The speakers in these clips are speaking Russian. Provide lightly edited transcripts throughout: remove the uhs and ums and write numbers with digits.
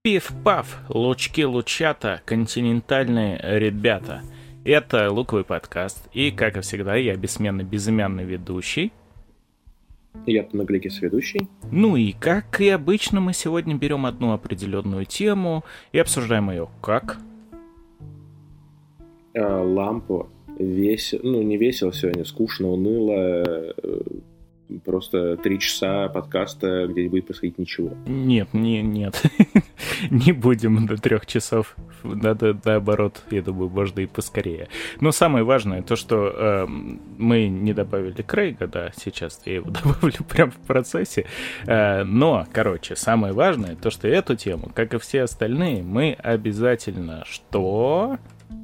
Пиф-паф, лучки-лучата, континентальные ребята. Это Луковый подкаст, и, как и всегда, я бессменно безымянный ведущий. Я Панагликий соведущий. Ну и, как и обычно, мы сегодня берем одну определенную тему и обсуждаем ее как? Лампу. Не весело сегодня, скучно, уныло. Просто 3 часа подкаста, где не будет происходить ничего. Нет. Не будем до 3 часов. Надо, наоборот, я думаю, можно и поскорее. Но самое важное, то, что мы не добавили Крейга, да, сейчас я его добавлю прямо в процессе. Но, самое важное, то, что эту тему, как и все остальные, мы обязательно что?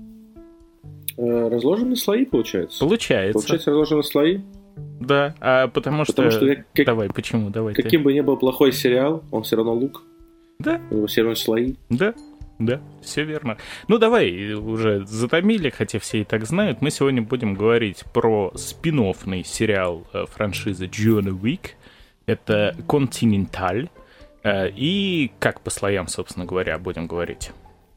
Разложим на слои, получается. Получается, разложим на слои. Да, потому что Давай, почему? Давай каким бы ни был плохой сериал, он все равно лук. Да. У него все равно слои. Да, все верно. Ну, давай, уже затомили, хотя все и так знают. Мы сегодня будем говорить про спин-оффный сериал франшизы John Wick. Это Continental. И как по слоям, собственно говоря, будем говорить?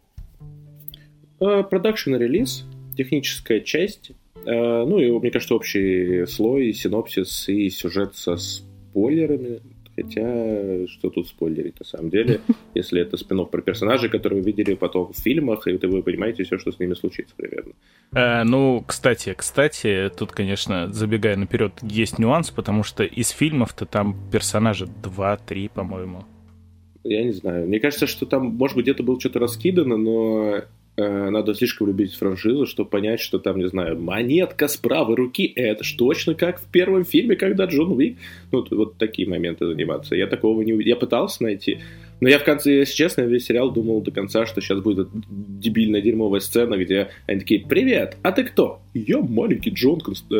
Продакшн и релиз, техническая часть. И, мне кажется, общий слой, синопсис и сюжет со спойлерами. Хотя, что тут спойлерить на самом деле, если это спин-офф про персонажей, которые вы видели потом в фильмах, и вы понимаете все, что с ними случится примерно. Кстати, тут, конечно, забегая наперед, есть нюанс, потому что из фильмов-то там персонажи 2-3, по-моему. Я не знаю. Мне кажется, что там, может быть, где-то было что-то раскидано, но надо слишком любить франшизу, чтобы понять, что там, не знаю, монетка с правой руки, это ж точно как в первом фильме, когда Джон Уик. Вот такие моменты заниматься. Я такого не увидел. Я пытался найти, но я в конце, если честно, весь сериал думал до конца, что сейчас будет дебильная дерьмовая сцена, где они такие: «Привет, а ты кто?» «Я маленький Джон».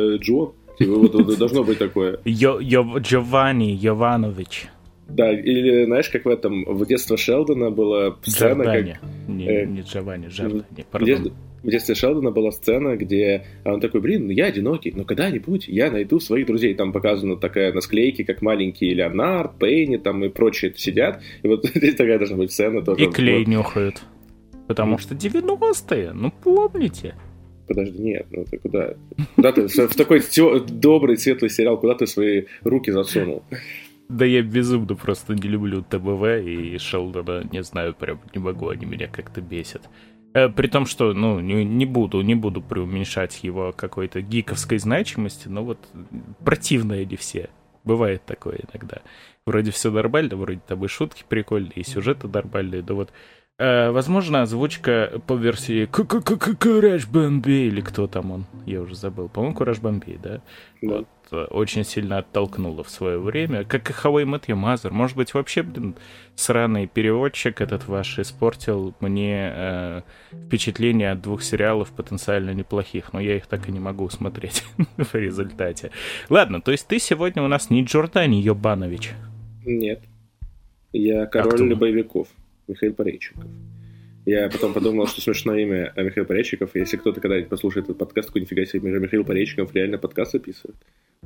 Вот должно быть такое. Джованни Йованович. Да, или, знаешь, как в детстве Шелдона была сцена... Джордани. Не Джованни, Джордани, пардон. В детстве Шелдона была сцена, где он такой: я одинокий, но когда-нибудь я найду своих друзей. Там показана такая на склейке, как маленький Леонард, Пенни там и прочие сидят. И вот здесь такая должна быть сцена тоже. И клей нюхают. Потому что 90-е, помните? Подожди, нет, ты куда? Куда ты в такой добрый, светлый сериал, куда ты свои руки засунул? Да я безумно просто не люблю ТБВ и Шелдона, не знаю, прям не могу, они меня как-то бесят. При том, что, не буду преуменьшать его какой-то гиковской значимости, но вот противные они все. Бывает такое иногда. Вроде все нормально, вроде там и шутки прикольные, и сюжеты нормальные, но вот... возможно, озвучка по версии Кураж Бомбей, или кто там он, я уже забыл. По-моему, Кураж Бомбей, да? Вот, очень сильно оттолкнула в свое время. Как и How I Met Your Mother. Может быть, вообще, сраный переводчик этот ваш испортил мне впечатление от 2 сериалов потенциально неплохих, но я их так и не могу смотреть в результате. Ладно, то есть ты сегодня у нас не Джордани Йобанович? Нет. Я король боевиков. Михаил Пореченков. Я потом подумал, что смешное имя Михаил Пореченков. Если кто-то когда-нибудь послушает этот подкаст, такой: нифига себе, Михаил Пореченков реально подкаст записывает.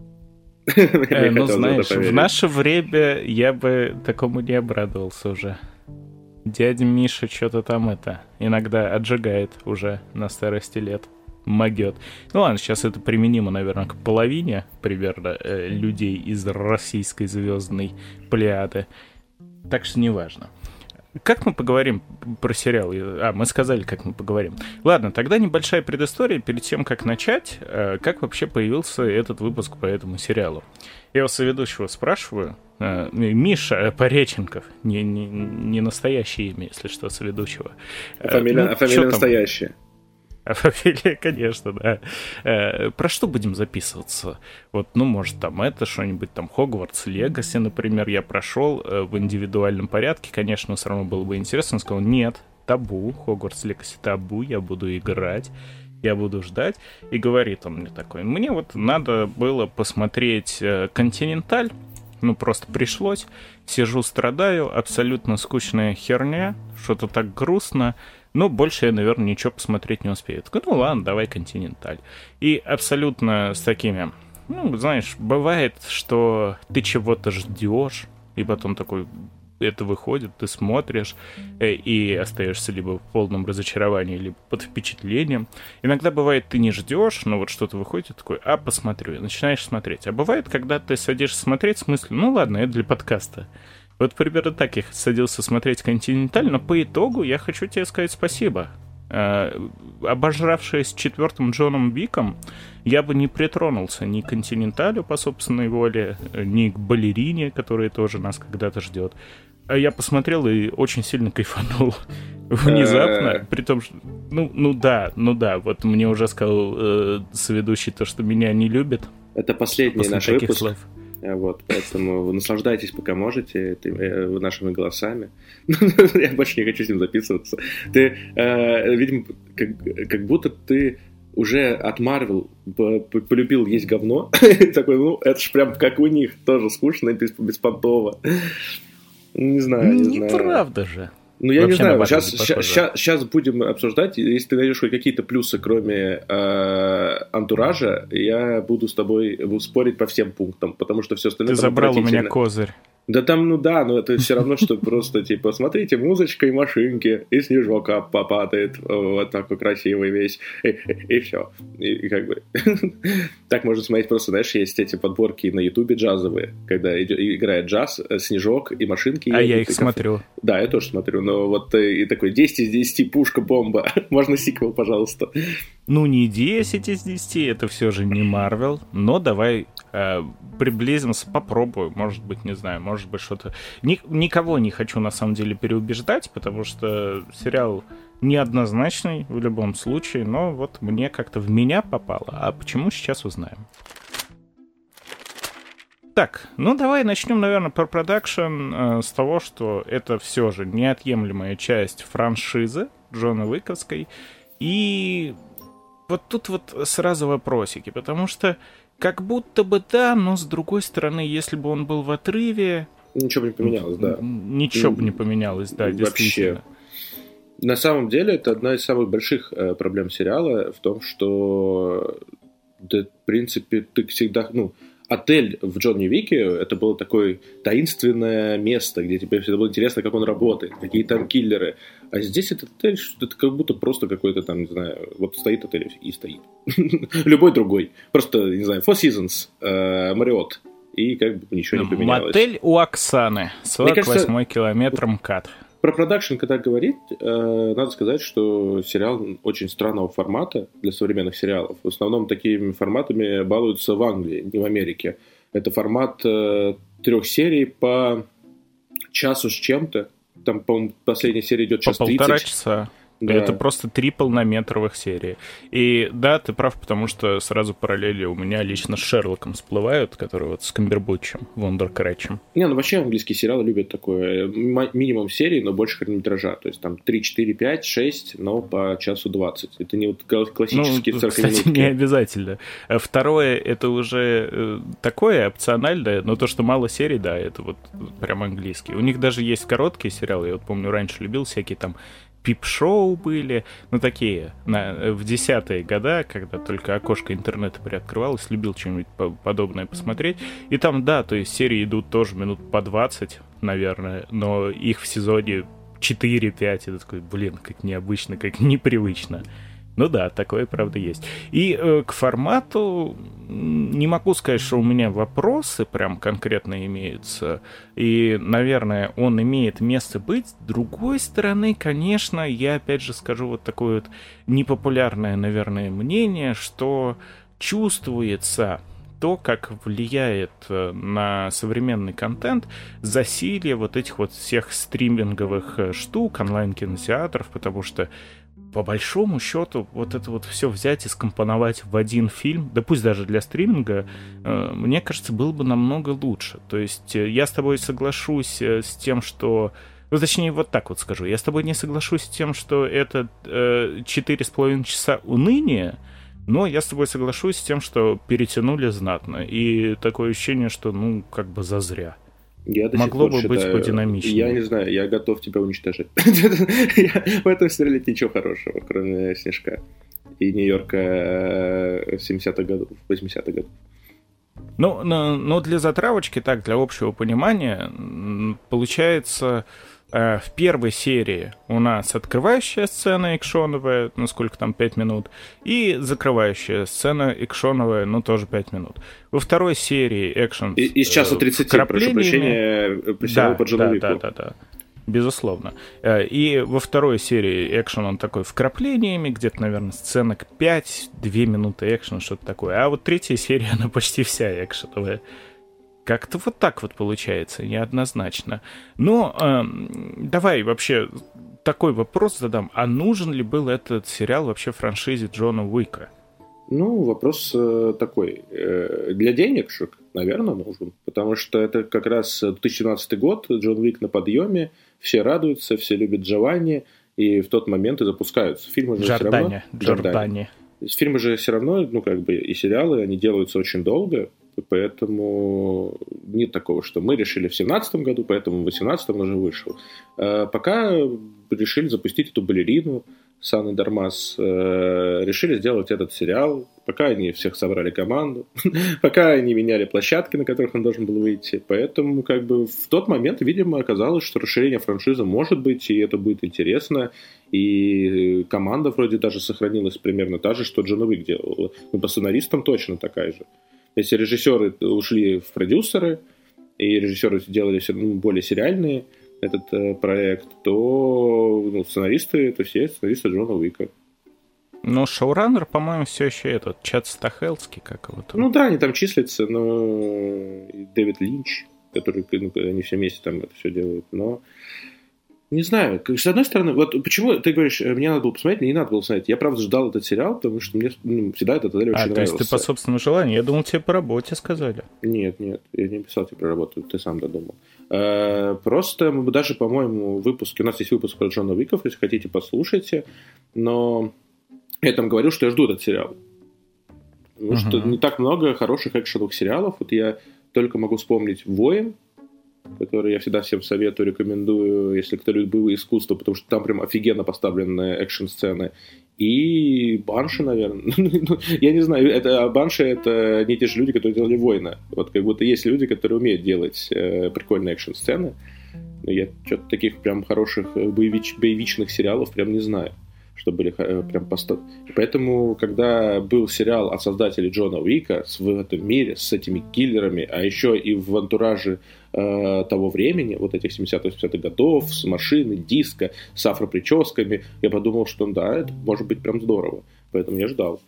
Знаешь, в наше время я бы такому не обрадовался уже. Дядя Миша что-то там иногда отжигает уже на старости лет. Могет. Ладно, сейчас это применимо, наверное, к половине примерно людей из российской звездной плеяды. Так что неважно. Как мы поговорим про сериал? Мы сказали, как мы поговорим. Ладно, тогда небольшая предыстория перед тем, как начать. Как вообще появился этот выпуск по этому сериалу? Я у соведущего спрашиваю. Миша Пореченков. Не настоящее имя, если что, соведущего. Фамилия настоящая. А фамилия, конечно, да. Про что будем записываться? Вот, может, там что-нибудь там Хогвартс Легаси, например, я прошел в индивидуальном порядке. Конечно, все равно было бы интересно. Он сказал: нет, табу, Хогвартс Легаси табу, я буду играть, я буду ждать. И говорит он мне такой: мне вот надо было посмотреть «Континенталь». Просто пришлось. Сижу, страдаю, абсолютно скучная херня, что-то так грустно. Но больше я, наверное, ничего посмотреть не успею. Я такой: ладно, давай «Континенталь». И абсолютно с такими... знаешь, бывает, что ты чего-то ждешь, и потом такой: это выходит, ты смотришь и остаешься либо в полном разочаровании, либо под впечатлением. Иногда бывает, ты не ждешь, но вот что-то выходит, такой, посмотрю, и начинаешь смотреть. А бывает, когда ты садишься смотреть, в смысле, ну ладно, это для подкаста. Вот примерно так я садился смотреть «Континенталь», но по итогу я хочу тебе сказать спасибо. Обожравшись 4-м Джоном Уиком, я бы не притронулся ни к «Континенталю» по собственной воле, ни к «Балерине», которая тоже нас когда-то ждет. А я посмотрел и очень сильно кайфанул. Внезапно, при том, что... Ну да, вот мне уже сказал соведущий то, что меня не любит. Это последний наш выпуск. Слов. Вот, поэтому вы наслаждайтесь, пока можете, нашими голосами. Я больше не хочу с ним записываться. Ты, видимо, как будто ты уже от Marvel полюбил есть говно. Такой, ну, это ж прям как у них, тоже скучно и беспонтово. Не знаю. Неправда же. Ну, я вообще не знаю, сейчас будем обсуждать, если ты найдешь хоть какие-то плюсы, кроме антуража, я буду с тобой спорить по всем пунктам, потому что все остальное... Ты забрал у меня козырь. Да там, но это все равно, что просто, типа, смотрите, музычка и машинки, и снежок попадает, вот такой красивый весь, и все. И как бы... Так можно смотреть просто, знаешь, есть эти подборки на Ютубе джазовые, когда играет джаз, снежок и машинки. А я их смотрю. Да, я тоже смотрю, но вот и такой 10 из 10, пушка, бомба. Можно сиквел, пожалуйста. Ну, не 10 из 10, это все же не Marvel, но давай приблизимся, попробую, может быть, не знаю, может быть, что-то... Никого не хочу, на самом деле, переубеждать, потому что сериал неоднозначный в любом случае, но вот мне как-то в меня попало. А почему, сейчас узнаем. Так, ну давай начнем, наверное, про продакшн с того, что это все же неотъемлемая часть франшизы Джона Уиковской. И вот тут вот сразу вопросики, потому что как будто бы да, но с другой стороны, если бы он был в отрыве... Ничего бы не поменялось, да. Ничего бы не поменялось, да, действительно. Вообще. На самом деле, это одна из самых больших проблем сериала в том, что, да, в принципе, ты всегда... Отель в Джонни Уике — это было такое таинственное место, где тебе всегда было интересно, как он работает, какие там киллеры. А здесь этот отель, это как будто просто какой-то там, не знаю, вот стоит отель и стоит. Любой другой. Просто, не знаю, Four Seasons, Marriott. И как бы ничего не поменялось. Мотель у Оксаны, 48-й километр МКАД. Про продакшн, когда говорить, надо сказать, что сериал очень странного формата для современных сериалов. В основном такими форматами балуются в Англии, не в Америке. Это формат 3 серий по часу с чем-то. Там, по-моему, последняя серия идет час 30. По 1,5 часа. Да. Это просто 3 полнометровых серии. И да, ты прав, потому что сразу параллели у меня лично с Шерлоком всплывают, которые вот с Камбербэтчем, Вондеркрэтчем. Не, вообще английские сериалы любят такое. Минимум серий, но больше хронометража. То есть там 3, 4, 5, 6, но по часу 20. Это не вот классические 40 минут. Кстати, не обязательно. Второе, это уже такое опциональное, но то, что мало серий, да, это вот прям английский. У них даже есть короткие сериалы. Я вот помню, раньше любил всякие там пип-шоу были, такие, в 10-е годы, когда только окошко интернета приоткрывалось, любил что-нибудь подобное посмотреть. И там, да, то есть серии идут тоже минут по 20, наверное, но их в сезоне 4-5, это такой, как необычно, как непривычно. Ну да, такое, правда, есть. И к формату не могу сказать, что у меня вопросы прям конкретно имеются. И, наверное, он имеет место быть. С другой стороны, конечно, я опять же скажу вот такое вот непопулярное, наверное, мнение, что чувствуется то, как влияет на современный контент засилье вот этих вот всех стриминговых штук, онлайн-кинотеатров, потому что по большому счету, вот это вот все взять и скомпоновать в один фильм, да пусть даже для стриминга, мне кажется, было бы намного лучше. То есть я с тобой соглашусь с тем, что... точнее, вот так вот скажу. Я с тобой не соглашусь с тем, что это 4,5 часа уныния, но я с тобой соглашусь с тем, что перетянули знатно. И такое ощущение, что, как бы зазря. Я могло бы быть подинамичнее. Я не знаю, я готов тебя уничтожить. В этом сериале нет ничего хорошего, кроме Снежка и Нью-Йорка 70-х годов, 80-х годов. Ну, для затравочки, так, для общего понимания, получается, в первой серии у нас открывающая сцена экшоновая, ну, сколько там, 5 минут, и закрывающая сцена экшоновая, ну, тоже 5 минут. Во второй серии экшен из часа 30, прошу прощения, сериал по Джону Уику. Да. Безусловно. И во второй серии экшен, он такой вкраплениями, где-то, наверное, сценок 5, 2 минуты экшен, что-то такое. А вот третья серия, она почти вся экшеновая. Как-то вот так вот получается, неоднозначно. Но давай вообще такой вопрос задам. А нужен ли был этот сериал вообще франшизе Джона Уика? Ну, вопрос такой. Для денежек, наверное, нужен. Потому что это как раз 2017 год, Джон Уик на подъеме, все радуются, все любят Джованни, и в тот момент и запускаются. Фильмы же Джордани. Фильмы же все равно, ну, как бы, и сериалы, они делаются очень долго, поэтому нет такого, что мы решили в 2017 году, поэтому в 2018 уже вышел. Пока решили запустить эту балерину, Сан и Дармас, решили сделать этот сериал, пока они всех собрали команду, пока они меняли площадки, на которых он должен был выйти. Поэтому как бы в тот момент, видимо, оказалось, что расширение франшизы может быть, и это будет интересно. И команда вроде даже сохранилась примерно та же, что Джон Уик делал. Ну, по сценаристам точно такая же. Если режиссеры ушли в продюсеры, и режиссеры делали все более сериальные, этот проект, то сценаристы, это все сценаристы Джона Уика. Но шоураннер, по-моему, все еще этот, Чад Стахелский, как его там. Ну да, они там числятся, но Дэвид Линч, который, они все вместе там это все делают, но не знаю, с одной стороны, вот почему ты говоришь, мне надо было посмотреть, мне не надо было смотреть. Я, правда, ждал этот сериал, потому что мне всегда этот отель очень нравился. То есть ты по собственному желанию? Я думал, тебе по работе сказали. Нет, я не писал тебе про работу, ты сам додумал. Просто мы даже, по-моему, выпуске, у нас есть выпуск про Джона Уиков, если хотите, послушайте, но я там говорил, что я жду этот сериал. Потому что не так много хороших экшеновых сериалов. Вот я только могу вспомнить «Воин», который я всегда всем советую, рекомендую, если кто любит боевые искусства, потому что там прям офигенно поставленные экшн-сцены. И Банши, наверное. Я не знаю, Банши — это не те же люди, которые делали «Воина». Вот как будто есть люди, которые умеют делать прикольные экшн-сцены. Но я что-то таких прям хороших боевичных сериалов прям не знаю, что были прям поставлены. Поэтому, когда был сериал от создателей Джона Уика в этом мире, с этими киллерами, а еще и в антураже того времени, вот этих 70-80-х годов, с машины, диско, с афроприческами, я подумал, что да, это может быть прям здорово. Поэтому я ждал.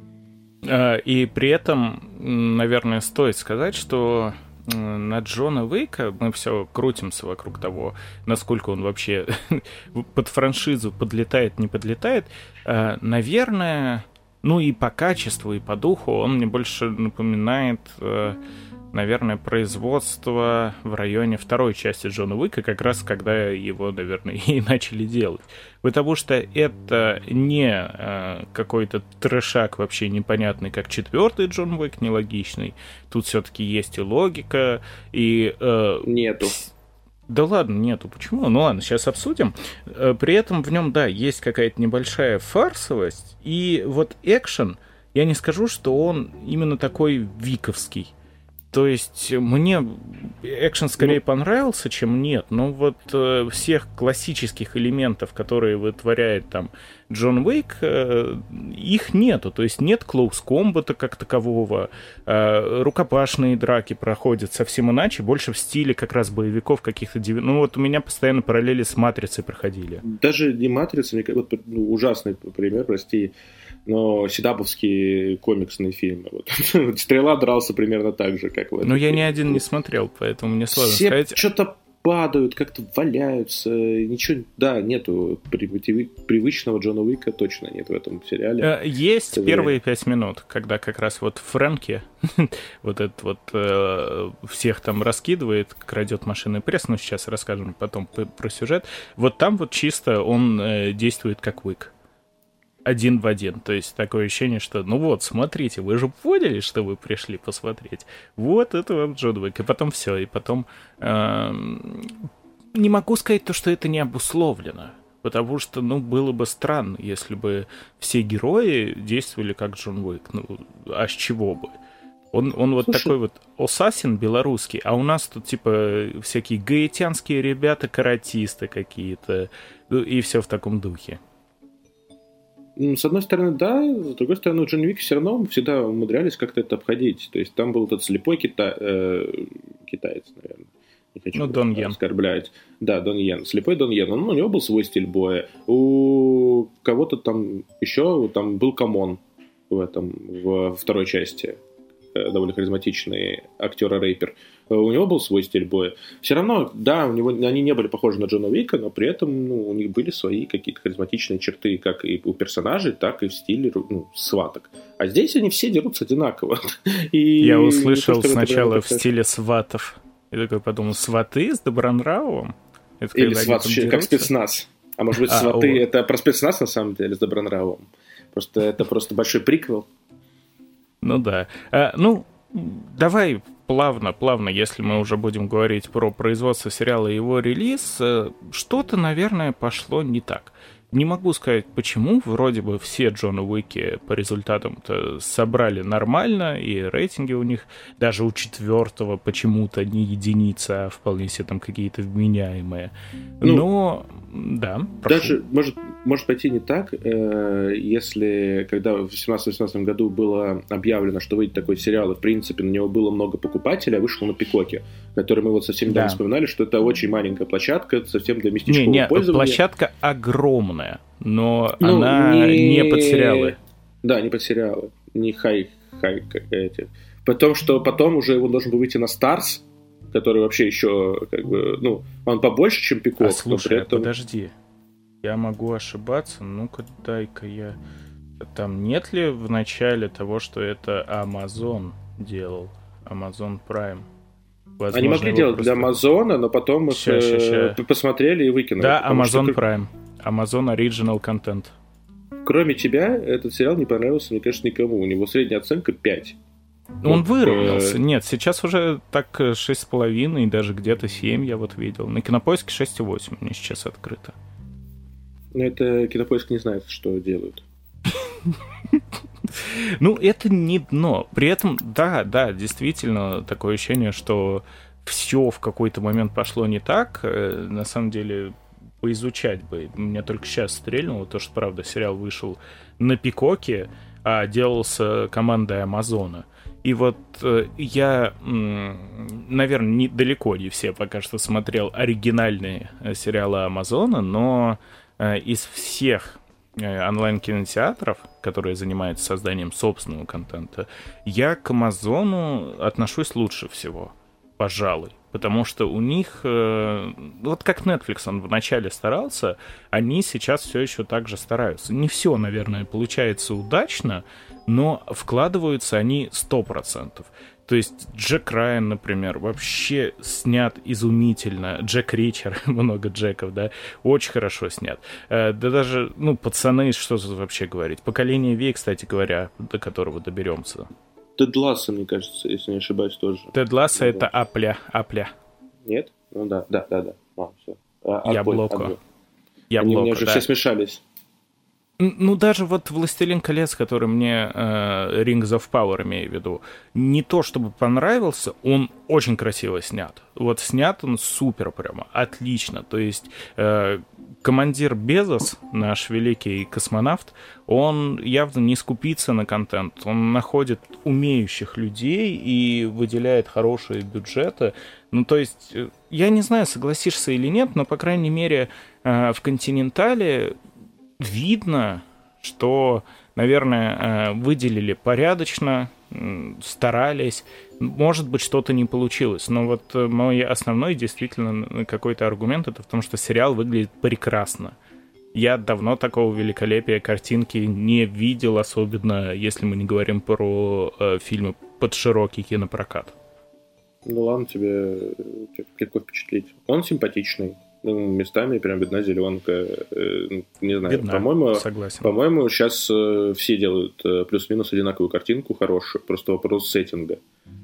И при этом, наверное, стоит сказать, что на Джона Уика мы все крутимся вокруг того, насколько он вообще под франшизу подлетает, не подлетает. Наверное, ну и по качеству, и по духу он мне больше напоминает, наверное, производство в районе второй части Джона Уика, как раз когда его, наверное, и начали делать. Потому что это не какой-то трэшак вообще непонятный, как четвертый Джон Уик, нелогичный. Тут все-таки есть и логика, и... Нету. Да ладно, нету. Почему? Ну ладно, сейчас обсудим. При этом в нем, да, есть какая-то небольшая фарсовость, и вот экшен, я не скажу, что он именно такой виковский. То есть мне экшен скорее понравился, чем нет, но вот всех классических элементов, которые вытворяет там Джон Уик, их нету. То есть нет клоус-комбата как такового, рукопашные драки проходят совсем иначе, больше в стиле как раз боевиков каких-то... Ну вот у меня постоянно параллели с «Матрицей» проходили. Даже не «Матрица», вот, ужасный пример, прости, но седаповские комиксные фильмы. Вот. «Стрела» дрался примерно так же, как в этом. Но я ни один не смотрел, поэтому мне сложно все сказать. Что-то падают, как-то валяются, ничего, да, нету привычного Джона Уика, точно нет в этом сериале. Есть первые 5 минут, когда как раз вот Фрэнки вот этот вот всех там раскидывает, крадет машинный пресс, но сейчас расскажем потом про сюжет. Вот там вот чисто он действует как Уик. Один в один. То есть такое ощущение, что ну вот, смотрите, вы же поняли, что вы пришли посмотреть. Вот это вам Джон Уик. И потом все. И потом не могу сказать то, что это не обусловлено. Потому что, ну, было бы странно, если бы все герои действовали как Джон Уик. Ну, а с чего бы? Он вот такой вот ассасин белорусский, а у нас тут типа всякие гаитянские ребята, каратисты какие-то, и все в таком духе. С одной стороны, да, с другой стороны, Джон Уик все равно всегда умудрялись как-то это обходить. То есть там был этот слепой китаец, наверное. Не хочу Дон Йен. Оскорблять. Да, Дон Йен. Слепой Дон Йен. У него был свой стиль боя. У кого-то там еще там был Камон во второй части. Довольно харизматичный актер-рэпер. У него был свой стиль боя. Все равно, да, они не были похожи на Джона Уика, но при этом у них были свои какие-то харизматичные черты, как и у персонажей, так и в стиле сваток. А здесь они все дерутся одинаково. Я услышал сначала в стиле сватов. Я такой подумал, сваты с Добронравовым? Или сват, как спецназ. А может быть, сваты это про спецназ на самом деле с Добронравовым. Просто это просто большой приквел. Ну да. Давай плавно, если мы уже будем говорить про производство сериала и его релиз, что-то, наверное, пошло не так. Не могу сказать, почему. Вроде бы все Джона Уики по результатам-то собрали нормально, и рейтинги у них даже у 4-го почему-то не единица, а вполне себе там какие-то вменяемые. Но, да, прошу. Даже может пойти не так, если, когда в 2017-2018 году было объявлено, что выйдет такой сериал, и, в принципе, на него было много покупателей, а вышел на Пикоке, который мы вот совсем недавно вспоминали, что это очень маленькая площадка, совсем для местечкового пользования. Площадка огромная, но она не под сериалы. Да, не под сериалы, не хай эти. Потом уже он должен был выйти на Старс, который вообще еще, как бы, он побольше, чем Пикок. Слушай, подожди. Я могу ошибаться, ну-ка дай-ка я... Там нет ли в начале того, что это Amazon делал? Amazon Prime? Возможно, они могли делать просто... для Амазона, но потом мы посмотрели и выкинули. Да, Amazon Prime. Amazon Original Content. Кроме тебя, этот сериал не понравился, мне кажется, никому. У него средняя оценка 5. Он выровнялся. Нет, сейчас уже так 6,5, и даже где-то 7 я вот видел. На Кинопоиске 6,8 у меня сейчас открыто. Но это Кинопоиск не знает, что делают. Это не дно. При этом, да, действительно, такое ощущение, что все в какой-то момент пошло не так. На самом деле, поизучать бы. Меня только сейчас стрельнуло, то, что, правда, сериал вышел на Пикоке, а делался командой Амазона. И вот я, наверное, далеко не все пока что смотрел оригинальные сериалы Амазона, но из всех онлайн-кинотеатров, которые занимаются созданием собственного контента, я к Амазону отношусь лучше всего, пожалуй. Потому что у них, вот как Netflix, он вначале старался, они сейчас все еще так же стараются. Не все, наверное, получается удачно, но вкладываются они 100%. То есть Джек Райан, например, вообще снят изумительно. Джек Ричер, много Джеков, да, очень хорошо снят. Да даже, пацаны, что тут вообще говорить. Поколение Ви, кстати говоря, до которого доберемся. Тед Лассо, мне кажется, если не ошибаюсь, тоже. Тед Лассо — это Апля. Нет? Ну да. Все. Яблоко. Они у меня уже все смешались. Даже вот «Властелин колец», который мне Rings of Power, имею в виду, не то чтобы понравился, он очень красиво снят. Вот снят он супер прямо, отлично. То есть командир Безос, наш великий космонавт, он явно не скупится на контент. Он находит умеющих людей и выделяет хорошие бюджеты. То есть, я не знаю, согласишься или нет, но, по крайней мере, в «Континентале» видно, что, наверное, выделили порядочно, старались. Может быть, что-то не получилось. Но вот мой основной, действительно, какой-то аргумент это в том, что сериал выглядит прекрасно. Я давно такого великолепия картинки не видел, особенно если мы не говорим про фильмы под широкий кинопрокат. Ну ладно, тебе легко впечатлить. Он симпатичный. Местами прям видна зеленка. Не знаю, видна, по-моему, сейчас все делают плюс-минус одинаковую картинку хорошую. Просто вопрос сеттинга.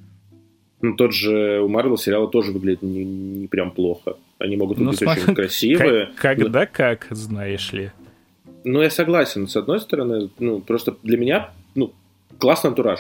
Тот же у Марвел сериалы тоже выглядят не прям плохо. Они могут выглядеть очень красивые. Когда как, знаешь ли. Я согласен. С одной стороны, просто для меня классный антураж.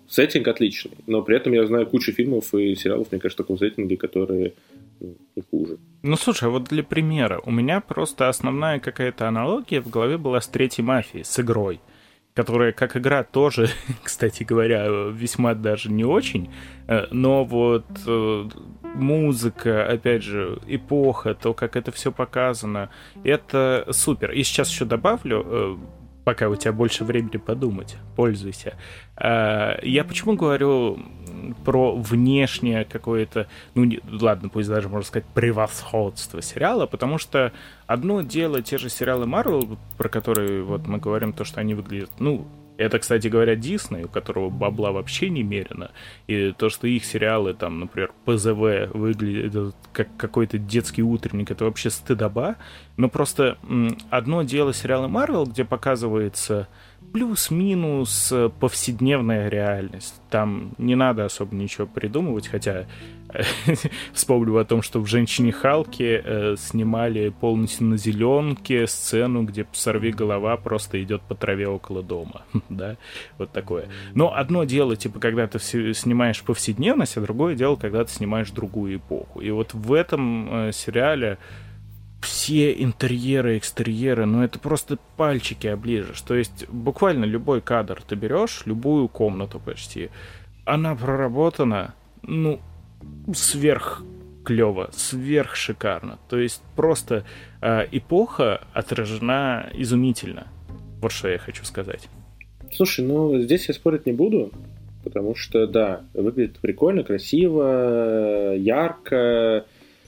сеттинг отличный, но при этом я знаю кучу фильмов и сериалов, мне кажется, в таком сеттинге, которые не хуже. Ну, слушай, вот для примера, у меня просто основная какая-то аналогия в голове была с «Третьей мафией», с игрой, которая, как игра, тоже, кстати говоря, весьма даже не очень, но вот музыка, опять же, эпоха, то, как это все показано, это супер. И сейчас еще добавлю, пока у тебя больше времени подумать, пользуйся. Я почему говорю про внешнее какое-то, ну, ладно, пусть даже, можно сказать, превосходство сериала, потому что одно дело те же сериалы Marvel, про которые вот мы говорим, то, что они выглядят, ну, это, кстати говоря, Дисней, у которого бабла вообще немерено, и то, что их сериалы, там, например, ПЗВ выглядят как какой-то детский утренник, это вообще стыдоба, но просто одно дело сериалы Marvel, где показывается плюс-минус повседневная реальность. Там не надо особо ничего придумывать, хотя вспомню о том, что в «Женщине Халке» снимали полностью на зеленке сцену, где сорвиголова просто идет по траве около дома. Да, вот такое. Но одно дело, типа, когда ты снимаешь повседневность, а другое дело, когда ты снимаешь другую эпоху. И вот в этом сериале все интерьеры, экстерьеры, ну это просто пальчики оближешь. То есть буквально любой кадр ты берешь, любую комнату почти, она проработана, ну, сверх клево, сверх шикарно. То есть просто эпоха отражена изумительно. Вот что я хочу сказать. Слушай, ну здесь я спорить не буду, потому что, да, выглядит прикольно, красиво, ярко.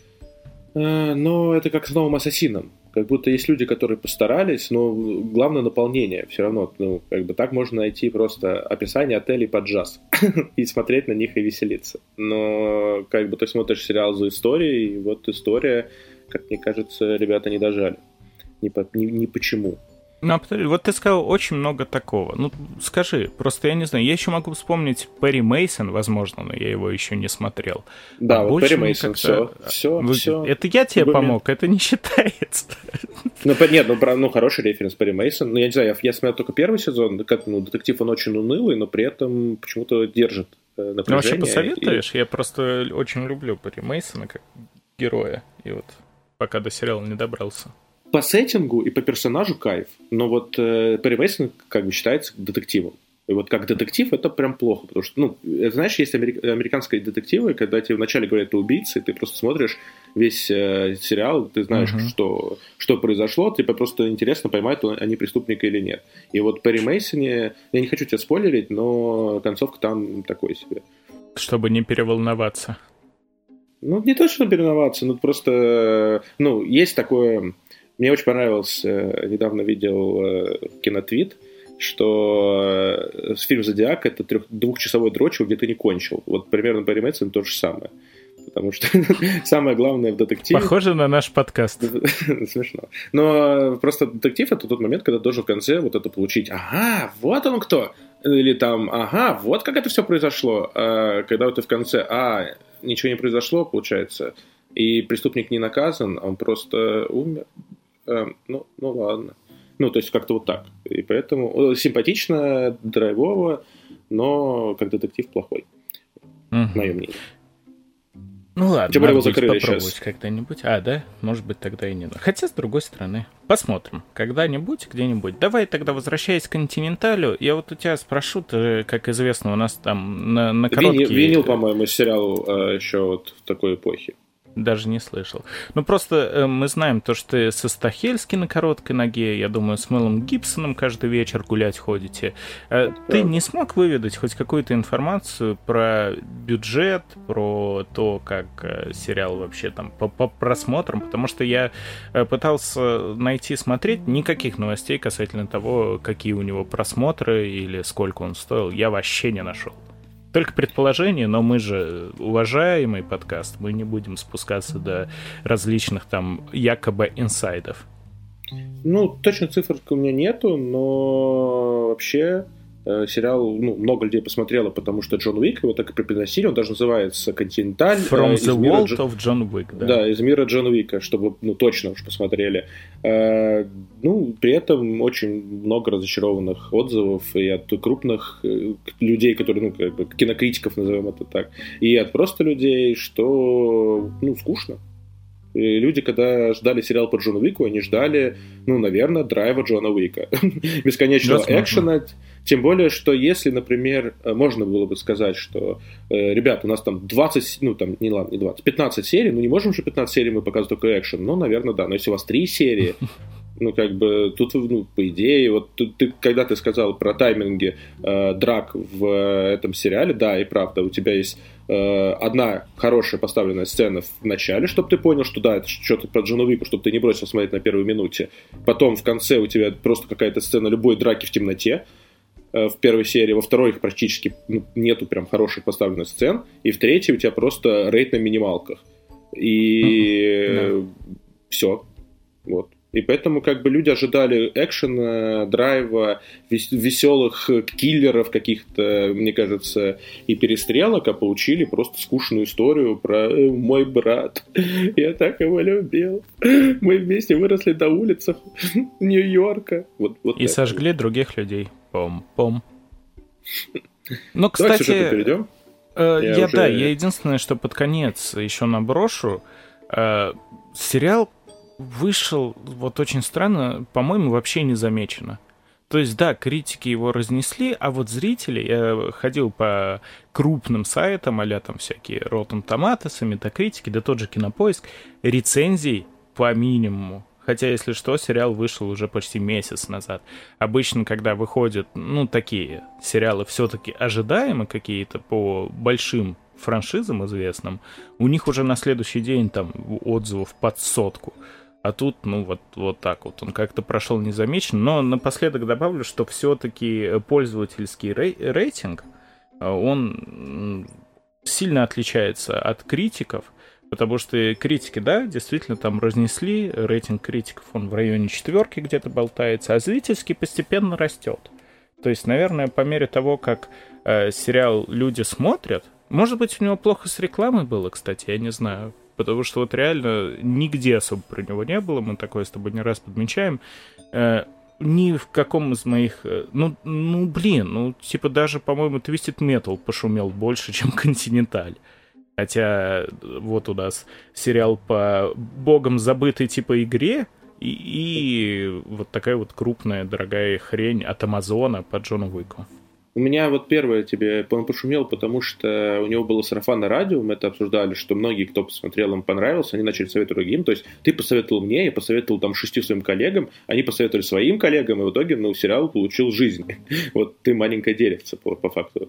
Но это как с новым «Ассасином». Как будто есть люди, которые постарались, но главное наполнение все равно. Ну, как бы так можно найти просто описание отелей под джаз и смотреть на них и веселиться. Но как бы ты смотришь сериал за историей, и вот история, как мне кажется, ребята не дожали. Ни почему. Ну, вот ты сказал очень много такого. Ну, скажи, просто я не знаю, я еще могу вспомнить Перри Мейсон, возможно, но я его еще не смотрел. Да, вот Перри Мейсон, все. Это я тебе помог, это не считается. Ну, нет, ну, хороший референс Перри Мейсон. Ну, я не знаю, я смотрел только первый сезон, как, ну, детектив, он очень унылый, но при этом почему-то держит напряжение. Ну, вообще посоветуешь? Я просто очень люблю Перри Мейсона как героя, и вот пока до сериала не добрался. По сеттингу и по персонажу кайф, но вот Перри Мейсон как бы считается детективом. И вот как детектив это прям плохо, потому что, ну, это, знаешь, есть американские детективы, когда тебе вначале говорят, ты убийца, и ты просто смотришь весь сериал, ты знаешь, что произошло, тебе просто интересно, поймают они преступника или нет. И вот Перри Мейсоне, я не хочу тебя спойлерить, но концовка там такой себе. Чтобы не переволноваться. Ну, не то, что переволноваться, но просто, ну, есть такое... Мне очень понравилось, недавно видел кинотвит, что фильм «Зодиак» — это двухчасовой дрочил, где ты не кончил. Вот примерно Перри Мейсон то же самое. Потому что самое главное в детективе... Похоже на наш подкаст. Смешно. Но просто детектив — это тот момент, когда ты должен в конце вот это получить. Ага, вот он кто! Или там, ага, вот как это все произошло. Когда ты в конце, ничего не произошло, получается, и преступник не наказан, он просто умер. Ну ладно. Ну, то есть как-то вот так. И поэтому симпатично, драйвово, но как детектив плохой. Мое мнение. Ну ладно, тем более его закрыли сейчас. Попробовать когда-нибудь. Да? Может быть, тогда и не надо. Хотя, с другой стороны, посмотрим. Когда-нибудь, где-нибудь. Давай тогда, возвращаясь к «Континенталю», я вот у тебя спрошу, ты, как известно, у нас там на короткие... Винил, по-моему, сериал еще вот в такой эпохе. Даже не слышал. Ну, просто мы знаем то, что ты со Стахельски на короткой ноге, я думаю, с Мэлом Гибсоном каждый вечер гулять ходите. Ты не смог выведать хоть какую-то информацию про бюджет, про то, как сериал вообще там по просмотрам? Потому что я пытался найти, смотреть, никаких новостей касательно того, какие у него просмотры или сколько он стоил, я вообще не нашел. Только предположение, но мы же уважаемый подкаст, мы не будем спускаться до различных там якобы инсайдов. Ну, точно цифр у меня нету, но вообще сериал, ну, много людей посмотрело, потому что Джон Уик, его так и преподносили, он даже называется «Континенталь». From the World of John Wick, да. Да, из мира Джона Уика, чтобы, ну, точно уж посмотрели. Ну, при этом очень много разочарованных отзывов и от крупных людей, которые, ну, как бы кинокритиков, назовем это так, и от просто людей, что, ну, скучно. И люди, когда ждали сериал по Джону Уику, они ждали, ну, наверное, драйва Джона Уика. Бесконечного экшена. Тем более, что если, например, можно было бы сказать, что, ребят, у нас там 20, ну, там, не 20, 15 серий, ну, не можем же 15 серий мы показывать только экшен. Ну, наверное, да. Но если у вас 3 серии, ну, как бы, тут, ну, по идее, вот ты, когда ты сказал про тайминги драк в этом сериале, да, и правда, у тебя есть одна хорошая поставленная сцена в начале, чтобы ты понял, что да, это что-то про Джона Уика, чтобы ты не бросил смотреть на первой минуте. Потом в конце у тебя просто какая-то сцена любой драки в темноте в первой серии, во второй их практически нету прям хороших поставленных сцен, и в третьей у тебя просто рейд на минималках. И все. Вот. И поэтому как бы люди ожидали экшена, драйва, веселых киллеров каких-то, мне кажется, и перестрелок, а получили просто скучную историю про «мой брат, я так его любил, мы вместе выросли на улицах Нью-Йорка». Вот и так. Сожгли других людей. Пом-пом. Ну, кстати... Давай к сюжету перейдем. Я единственное, что под конец еще наброшу. Сериал вышел, вот очень странно, по-моему, вообще не замечено. То есть, да, критики его разнесли, а вот зрители, я ходил по крупным сайтам, а-ля там всякие Rotten Tomatoes, Метакритики, да тот же Кинопоиск, рецензий по минимуму. Хотя, если что, сериал вышел уже почти месяц назад. Обычно, когда выходят, ну, такие сериалы все-таки ожидаемые какие-то по большим франшизам известным, у них уже на следующий день там отзывов под 100. А тут, ну, вот так вот. Он как-то прошел незамечен. Но напоследок добавлю, что все-таки пользовательский рейтинг, он сильно отличается от критиков, потому что критики, да, действительно там разнесли. Рейтинг критиков, он в районе 4 где-то болтается, а зрительский постепенно растет. То есть, наверное, по мере того, как сериал люди смотрят, может быть, у него плохо с рекламой было, кстати, я не знаю. Потому что вот реально нигде особо про него не было, мы такое с тобой не раз подмечаем. Ни в каком из моих... типа даже, по-моему, Twisted Metal пошумел больше, чем Континенталь. Хотя вот у нас сериал по богом забытой типа игре и вот такая вот крупная, дорогая хрень от Амазона по Джону Уику. У меня вот первое тебе, он пошумел, потому что у него было сарафанное радио, мы это обсуждали, что многие, кто посмотрел, им понравился, они начали советовать другим, то есть ты посоветовал мне, я посоветовал там 6 своим коллегам, они посоветовали своим коллегам, и в итоге, ну, сериал получил жизнь. Вот ты маленькое деревце, по факту.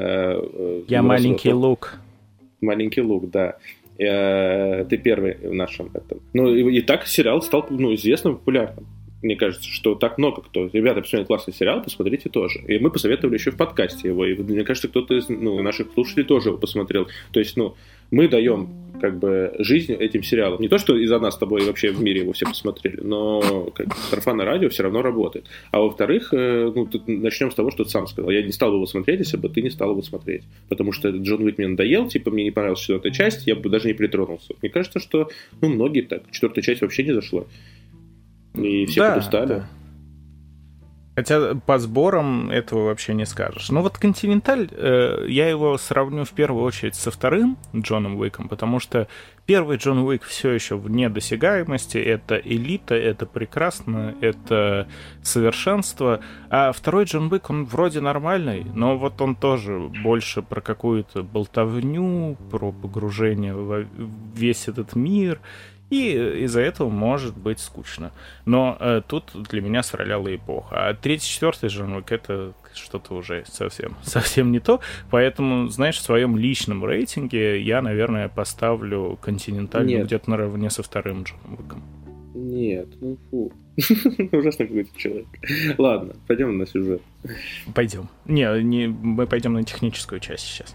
Я маленький лук. Маленький лук, да. Ты первый в нашем этом. Ну, и так сериал стал, ну, известным, популярным. Мне кажется, что так много кто... Ребята, посмотрели классный сериал, посмотрите тоже. И мы посоветовали еще в подкасте его. И мне кажется, кто-то из наших слушателей тоже его посмотрел. То есть, ну, мы даем как бы жизнь этим сериалам. Не то, что из-за нас с тобой вообще в мире его все посмотрели, но сарафанное радио все равно работает. А во-вторых, начнем с того, что ты сам сказал. Я не стал его смотреть, если бы ты не стал его смотреть. Потому что Джон Уик мне надоел, типа, мне не понравилась 4-я часть, я бы даже не притронулся. Мне кажется, что, ну, многие так. 4-я часть вообще не зашла. И все подустали. Да. Хотя по сборам этого вообще не скажешь. Но вот «Континенталь», я его сравню в первую очередь со вторым Джоном Уиком, потому что первый Джон Уик все еще вне досягаемости, это элита, это прекрасно, это совершенство, а второй Джон Уик, он вроде нормальный, но вот он тоже больше про какую-то болтовню, про погружение в весь этот мир, и из-за этого может быть скучно. Но тут для меня сраляла эпоха. А 3-4 Джон Уик — это что-то уже совсем не то. Поэтому, знаешь, в своем личном рейтинге я, наверное, поставлю «Континенталь» где-то наравне со вторым Джоном Уиком. Нет, ну фу. Ужасно какой-то человек. Ладно, пойдем на сюжет. Пойдем. Мы пойдем на техническую часть сейчас.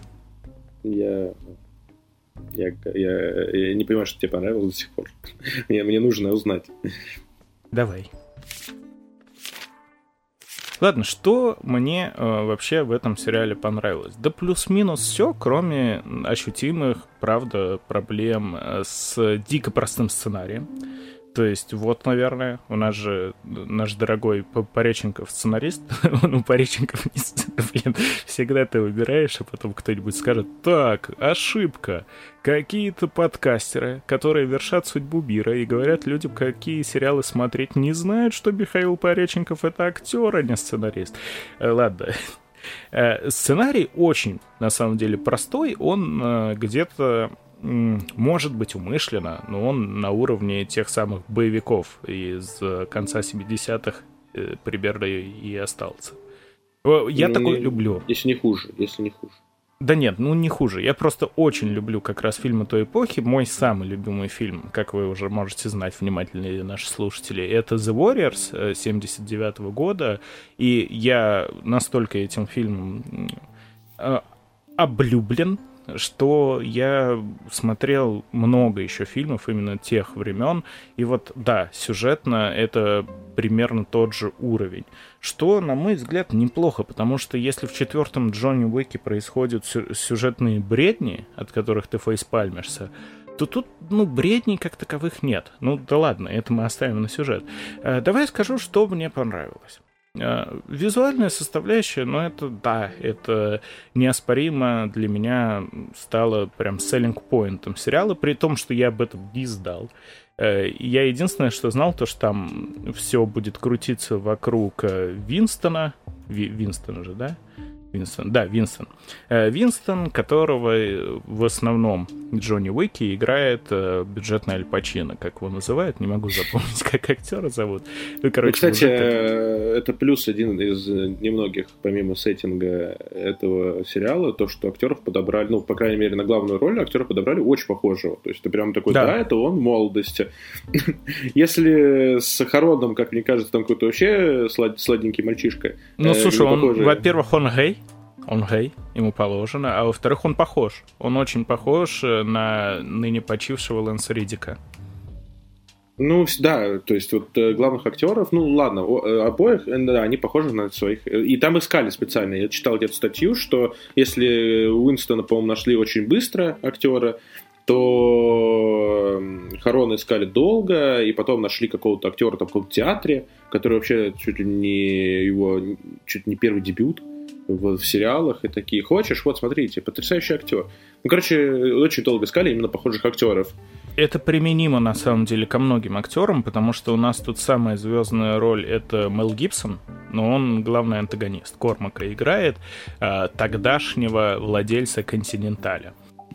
Я не понимаю, что тебе понравилось до сих пор. Мне нужно узнать. Давай. Ладно, что мне вообще в этом сериале понравилось? Да плюс-минус все, кроме ощутимых, правда, проблем с дико простым сценарием. То есть, вот, наверное, у нас же наш дорогой Пореченков сценарист, он у Пореченков всегда ты выбираешь, а потом кто-нибудь скажет: так, ошибка. Какие-то подкастеры, которые вершат судьбу мира и говорят людям, какие сериалы смотреть, не знают, что Михаил Пореченков — это актер, а не сценарист. Ладно. Сценарий очень, на самом деле, простой. Он где-то, может быть, умышленно, но он на уровне тех самых боевиков из конца 70-х примерно и остался. Я такой люблю. Если не хуже. Да нет, не хуже. Я просто очень люблю как раз фильмы той эпохи. Мой самый любимый фильм, как вы уже можете знать, внимательные наши слушатели, это The Warriors 79 года. И я настолько этим фильмом облюблен, что я смотрел много еще фильмов именно тех времен, и вот, да, сюжетно это примерно тот же уровень, что, на мой взгляд, неплохо, потому что если в 4-м Джонни Уике происходят сюжетные бредни, от которых ты фейспальмишься, то тут, бредней как таковых нет. Да ладно, это мы оставим на сюжет. Давай я скажу, что мне понравилось. Визуальная составляющая, это неоспоримо для меня стало прям селлинг-поинтом сериала, при том, что я об этом не знал. Я единственное, что знал, то, что там все будет крутиться вокруг Винстона. Винстона же, да? Винстон. Да, Винстон. Винстон, которого в основном Джонни Уики играет бюджетный Аль Пачино, как его называют. Не могу запомнить, как актера зовут. Кстати, это плюс один из немногих, помимо сеттинга этого сериала, то, что актеров подобрали, по крайней мере, на главную роль актера подобрали очень похожего. То есть это прям такой, да, это он в молодости. Если с Хароном, как мне кажется, там какой-то вообще сладенький мальчишка. Слушай, во-первых, он гей. Он гей, ему положено. А во-вторых, он похож. Он очень похож на ныне почившего Лэнса Риддика. Да, то есть вот главных актеров, ладно, обоих, да, они похожи на своих. И там искали специально. Я читал где-то статью, что если Уинстона, по-моему, нашли очень быстро актера, то Харона искали долго, и потом нашли какого-то актера там в каком-то театре, который вообще чуть ли не первый дебют в сериалах, и такие: хочешь, вот смотрите, потрясающий актер. Очень долго искали именно похожих актеров. Это применимо, на самом деле, ко многим актерам, потому что у нас тут самая звездная роль — это Мел Гибсон, но он главный антагонист. Кормака играет тогдашнего владельца Континенталя.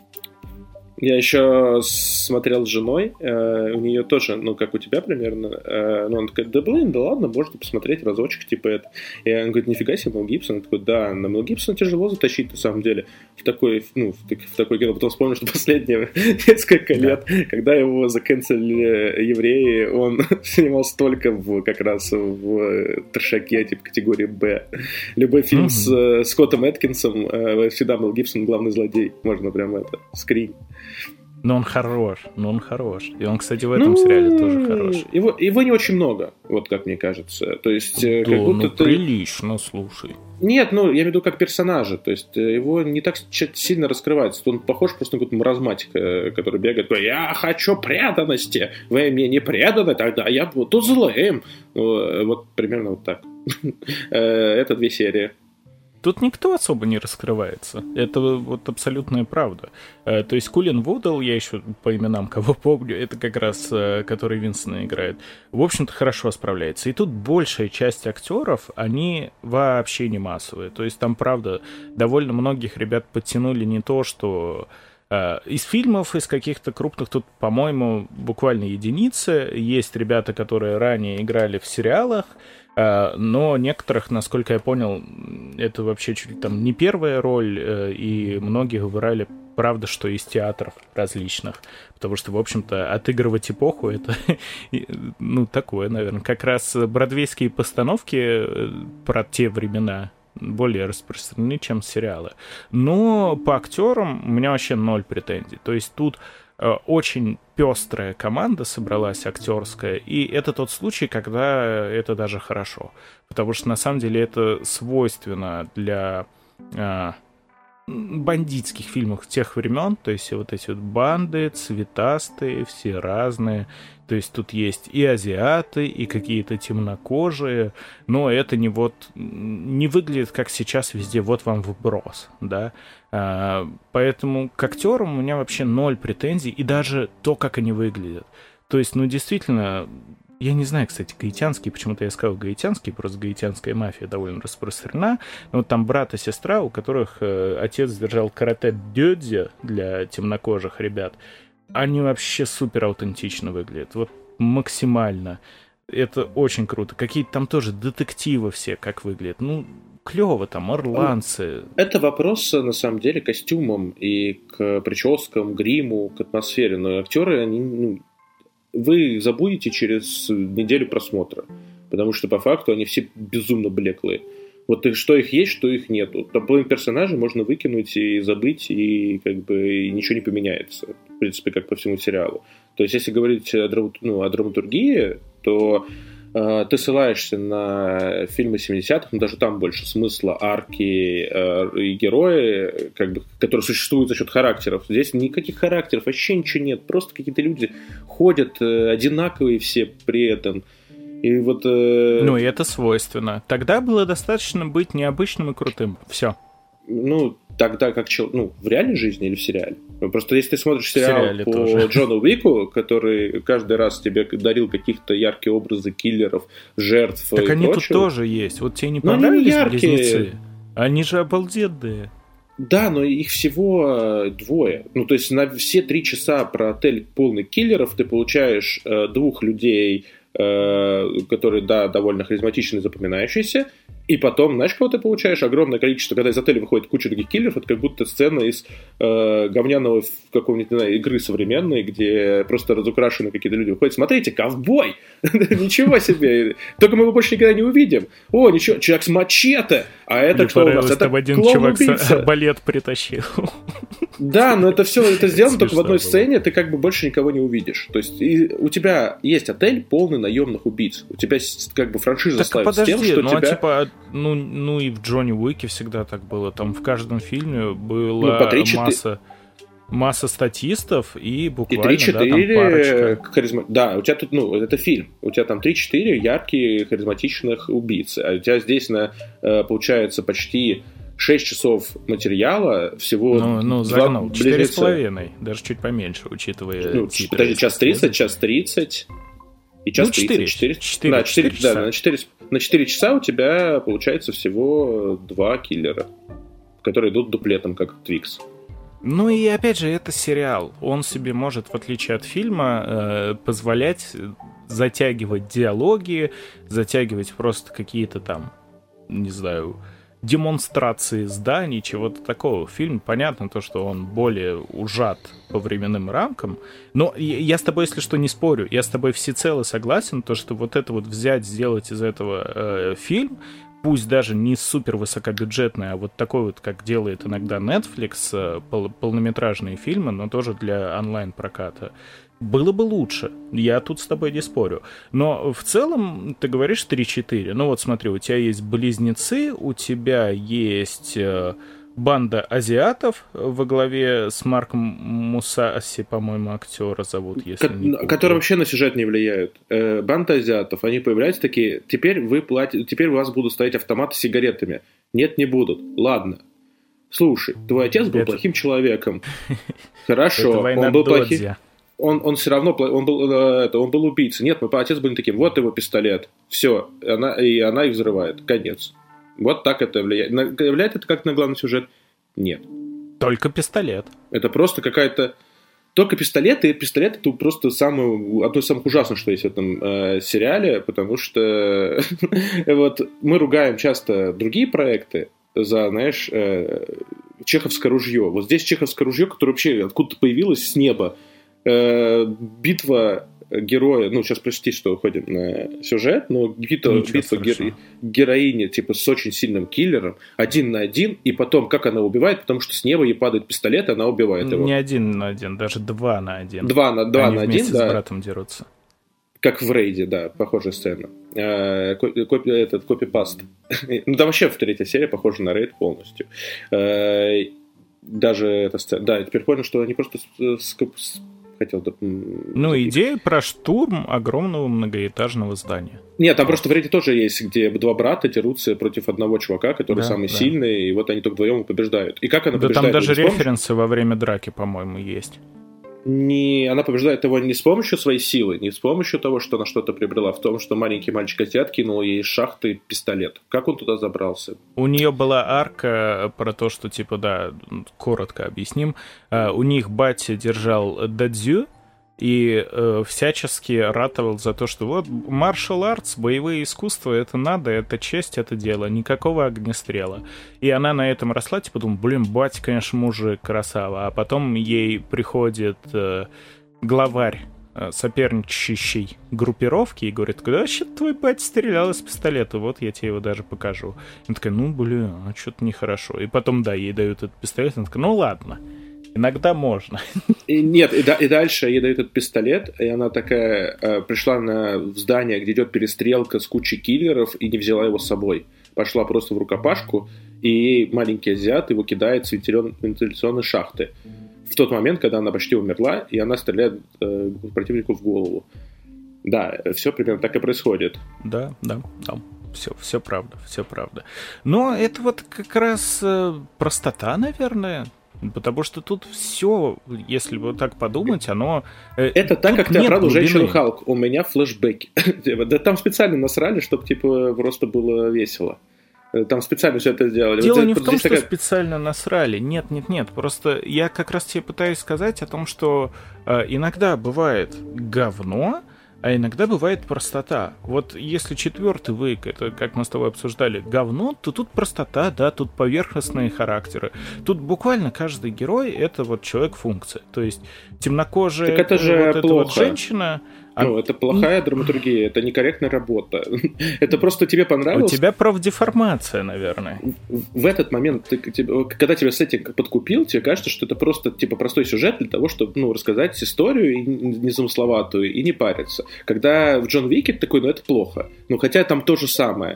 Я еще смотрел с женой, у нее тоже, как у тебя примерно, она такая: да ладно, можно посмотреть разочек, типа это. И она говорит: нифига себе, Мел Гибсон. Я такой: да, на Мел Гибсона тяжело затащить, на самом деле, в такое кино. Потом вспомнил, что последние несколько лет, когда его закэнцелили евреи, он снимался только как раз в трешаке, типа категории «Б». Любой фильм с Скоттом Эткинсом, всегда Мел Гибсон главный злодей. Можно прям скринь. Но он хорош. И он, кстати, в этом сериале тоже хорош. Его не очень много, вот как мне кажется. То есть, как будто прилично, слушай. Нет, я имею в виду как персонажа. То есть, его не так сильно раскрывается. Он похож просто на какого-то маразматика, который бегает: я хочу преданности. Вы мне не преданы, тогда я буду злым. Вот примерно вот так. Это 2 серии. Тут никто особо не раскрывается. Это вот абсолютная правда. То есть Колин Вудл, я еще по именам кого помню, это как раз который Винстона играет, в общем-то хорошо справляется. И тут большая часть актеров, они вообще не массовые. То есть там, правда, довольно многих ребят подтянули не то, что из фильмов, из каких-то крупных, тут, по-моему, буквально единицы. Есть ребята, которые ранее играли в сериалах, но некоторых, насколько я понял, это вообще чуть ли там не первая роль, и многие выбирали, правда, что из театров различных, потому что, в общем-то, отыгрывать эпоху — это, такое, наверное, как раз бродвейские постановки про те времена более распространены, чем сериалы. Но по актерам у меня вообще 0 претензий. То есть тут очень пестрая команда собралась, актерская, и это тот случай, когда это даже хорошо. Потому что, на самом деле, это свойственно для бандитских фильмов тех времен, то есть вот эти вот банды цветастые, все разные, то есть тут есть и азиаты, и какие-то темнокожие, но это не выглядит как сейчас везде, вот вам вброс, да, поэтому к актерам у меня вообще 0 претензий, и даже то, как они выглядят, то есть, действительно. Я не знаю, кстати, гаитянский, почему-то я сказал гаитянский, просто гаитянская мафия довольно распространена. Но вот там брат и сестра, у которых отец держал каратэ-дёдзи для темнокожих ребят, они вообще супер аутентично выглядят, вот максимально. Это очень круто. Какие-то там тоже детективы все как выглядят. Клево там, ирландцы. Это вопрос, на самом деле, к костюмам и к прическам, гриму, к атмосфере. Но актеры, они... Вы забудете через неделю просмотра, потому что по факту они все безумно блеклые. Вот что их есть, что их нету. Там половину персонажей можно выкинуть и забыть, и и ничего не поменяется. В принципе, как по всему сериалу. То есть, если говорить о драматургии, то ты ссылаешься на фильмы 70-х, но даже там больше смысла, арки и герои, которые существуют за счет характеров. Здесь никаких характеров, вообще ничего нет. Просто какие-то люди ходят одинаковые все при этом. И вот... и это свойственно. Тогда было достаточно быть необычным и крутым. Все. Тогда как в реальной жизни или в сериале? Просто если ты смотришь сериал по тоже. Джону Уику, который каждый раз тебе дарил каких-то яркие образы киллеров, жертв так и они прочего. Тут тоже есть. Вот тебе не понравились близнецы? Они же обалденные. Да, но их всего 2. То есть на все 3 часа про отель полный киллеров ты получаешь 2 людей, которые, да, довольно харизматичные и запоминающиеся, и потом, знаешь, кого ты получаешь? Огромное количество, когда из отеля выходит куча таких киллеров, это как будто сцена из говняного какого-нибудь, не знаю, игры современной, где просто разукрашены какие-то люди выходят. Смотрите, ковбой! Ничего себе! Только мы его больше никогда не увидим. О, ничего, человек с мачете! А это кто у нас? Это один чувак с арбалет притащил. Да, но это все это сделано только в одной сцене, ты больше никого не увидишь. То есть у тебя есть отель полный наемных убийц. У тебя франшиза славится тем, что тебя... и в Джонни Уике всегда так было. Там в каждом фильме была масса статистов и буквально, и 3-4 харизма... Да, у тебя тут, это фильм. У тебя там 3-4 яркие харизматичных убийц. А у тебя здесь получается почти 6 часов материала, всего 4,5, даже чуть поменьше, учитывая титры. Подожди, час 30 и час 30. 4 часа. Да, на 4 часа у тебя получается всего 2 киллера, которые идут дуплетом, как Твикс. И опять же, это сериал. Он себе может, в отличие от фильма, позволять затягивать диалоги, затягивать просто какие-то там, не знаю, демонстрации зданий, чего-то такого. Фильм, понятно, то, что он более ужат по временным рамкам, но я с тобой, если что, не спорю. Я с тобой всецело согласен, то, что вот это вот взять, сделать из этого фильм, пусть даже не супер высокобюджетный, а вот такой вот, как делает иногда Netflix, полнометражные фильмы, но тоже для онлайн-проката, было бы лучше. Я тут с тобой не спорю. Но в целом, ты говоришь 3-4. Вот смотри, у тебя есть близнецы, у тебя есть банда азиатов во главе с Марком Мусаси, по-моему, актера зовут, если не путаю. Которые вообще на сюжет не влияют. Банда азиатов, они появляются такие, теперь у вас будут стоять автоматы с сигаретами. Нет, не будут. Ладно. Слушай, твой отец был плохим человеком. Хорошо, он был плохим. Он все равно, он был убийцей. Нет, мой отец был таким, вот его пистолет. Все, и она их взрывает. Конец. Вот так это влияет. Влияет это как на главный сюжет? Нет. Только пистолет. Это просто какая-то... Только пистолет, и пистолет это просто одно из самых ужасных, что есть в этом сериале, потому что вот мы ругаем часто другие проекты за, знаешь, чеховское ружье. Вот здесь чеховское ружье, которое вообще откуда-то появилось с неба. Битва героя, ну, сейчас почти что уходим на сюжет, но битва героини, типа, с очень сильным киллером, 1 на 1, и потом, как она убивает, потому что с неба ей падает пистолет, и она убивает его. Не 1 на 1, даже 2 на 1. 2 на 1, Они вместе да. с братом дерутся. Как в Рейде, да, похожая сцена. Копипаст. Ну, там вообще в 3-й серии похоже на Рейд полностью. Даже эта сцена. Да, теперь понял, что они просто хотел... Ну, идея про штурм огромного многоэтажного здания. Нет, там просто в Рейде тоже есть, где 2 брата дерутся против одного чувака, который самый сильный, и вот они только вдвоем побеждают. И как она побеждает? Да там даже референсы во время драки, по-моему, есть. Она побеждает его не с помощью своей силы, не с помощью того, что она что-то приобрела, в том, что маленький мальчик-азиат кинул ей из шахты пистолет. Как он туда забрался? У нее была арка про то, что, типа, да, коротко объясним, у них батя держал дадзю, и всячески ратовал за то, что вот маршал артс, боевые искусства, это надо, это честь, это дело, никакого огнестрела. И она на этом росла, типа, думаю, блин, батя, конечно, мужик, красава. А потом ей приходит главарь соперничающей группировки и говорит, куда вообще твой батя стрелял из пистолета? Вот я тебе его даже покажу. Она такая, ну, блин, что-то нехорошо. И потом, да, ей дают этот пистолет, она такая, ну, ладно. Иногда можно. И дальше ей дают этот пистолет, и она такая пришла в здание, где идет перестрелка с кучей киллеров, и не взяла его с собой. Пошла просто в рукопашку, и маленький азиат его кидает с вентиляционной шахты. В тот момент, когда она почти умерла, и она стреляет противнику в голову. Да, все примерно так и происходит. Да. Все правда. Но это вот как раз простота, наверное. Потому что тут все, если вот так подумать, оно... Это так, как ты оправдал женщину Халк. У меня флешбеки. Да там специально насрали, чтобы, типа, просто было весело. Там специально все это сделали. Дело не в том, что специально насрали. Нет. Просто я как раз тебе пытаюсь сказать о том, что иногда бывает говно, а иногда бывает простота. Вот если 4-й Wake, это, как мы с тобой обсуждали, говно, то тут простота, да, тут поверхностные характеры. Тут буквально каждый герой — это вот человек-функция. То есть темнокожая так это же вот эта вот женщина... Ну, это плохая драматургия, это некорректная работа. Это просто тебе понравилось. У тебя профдеформация, наверное. В этот момент, когда тебя сеттинг подкупил, тебе кажется, что это просто типа простой сюжет для того, чтобы рассказать историю незамысловатую и не париться. Когда в Джон Уике такой, это плохо. Хотя там то же самое.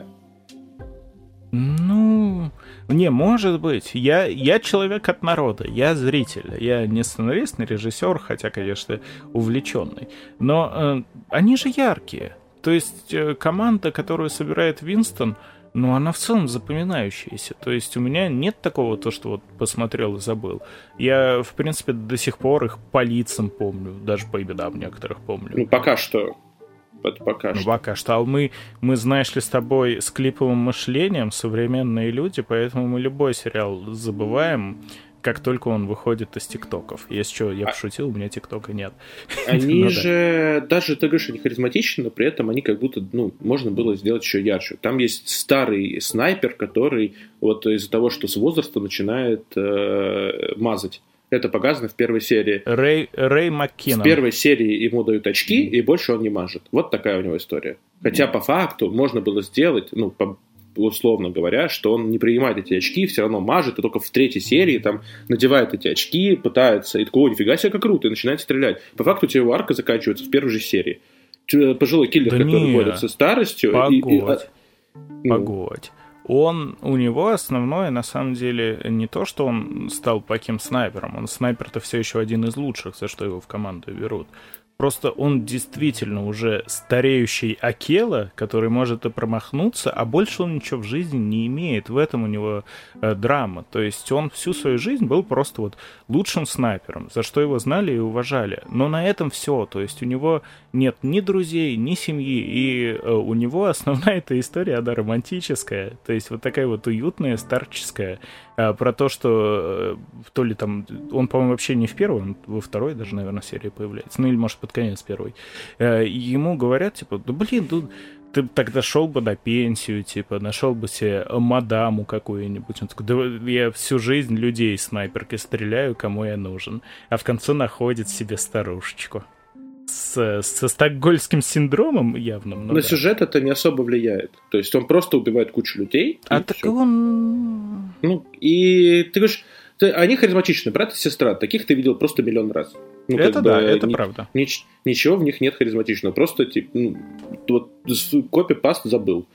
Не, может быть. Я человек от народа, я зритель. Я не сценарист, не режиссер, хотя, конечно, увлеченный. Но они же яркие. То есть команда, которую собирает Винстон, она в целом запоминающаяся. То есть у меня нет такого, то, что вот посмотрел и забыл. Я, в принципе, до сих пор их по лицам помню, даже по именам некоторых помню. Пока что. Пока что. А мы, знаешь ли, с тобой с клиповым мышлением современные люди, поэтому мы любой сериал забываем, как только он выходит из тиктоков. Если что, я пошутил, у меня тиктока нет. Они же, даже ты говоришь, они харизматичны, но при этом они как будто, можно было сделать еще ярче. Там есть старый снайпер, который вот из-за того, что с возраста начинает мазать. Это показано в первой серии. Рэй Маккинон. В первой серии ему дают очки, и больше он не мажет. Вот такая у него история. Хотя по факту можно было сделать, условно говоря, что он не принимает эти очки, все равно мажет, и только в 3-й серии там надевает эти очки, пытается, и такого, нифига себе, как круто, и начинает стрелять. По факту у тебя его арка заканчивается в первой же серии. Пожилой киллер, который борется со старостью. Погодь. У него основное, на самом деле, не то, что он стал плохим снайпером. Он снайпер-то все еще один из лучших, за что его в команду берут. Просто он действительно уже стареющий Акела, который может и промахнуться, а больше он ничего в жизни не имеет. В этом у него драма. То есть он всю свою жизнь был просто вот лучшим снайпером, за что его знали и уважали. Но на этом все. То есть у него нет ни друзей, ни семьи. И у него основная эта история, она романтическая. То есть вот такая вот уютная, старческая. Про то, что то ли там... Он, по-моему, вообще не в первой, он во второй даже, наверное, серии появляется. Или, может, под конец первой. Ему говорят, типа, ты тогда шел бы на пенсию, типа, нашел бы себе мадаму какую-нибудь. Он такой, да я всю жизнь людей снайперкой стреляю, кому я нужен. А в конце находит себе старушечку. со стокгольмским синдромом явно. На сюжет это не особо влияет. То есть он просто убивает кучу людей. А так всё. Он... Ну, и ты говоришь, они харизматичны, брат и сестра. Таких ты видел просто миллион раз. Ну, это да, это правда. Ничего в них нет харизматичного. Просто вот копи-паст забыл.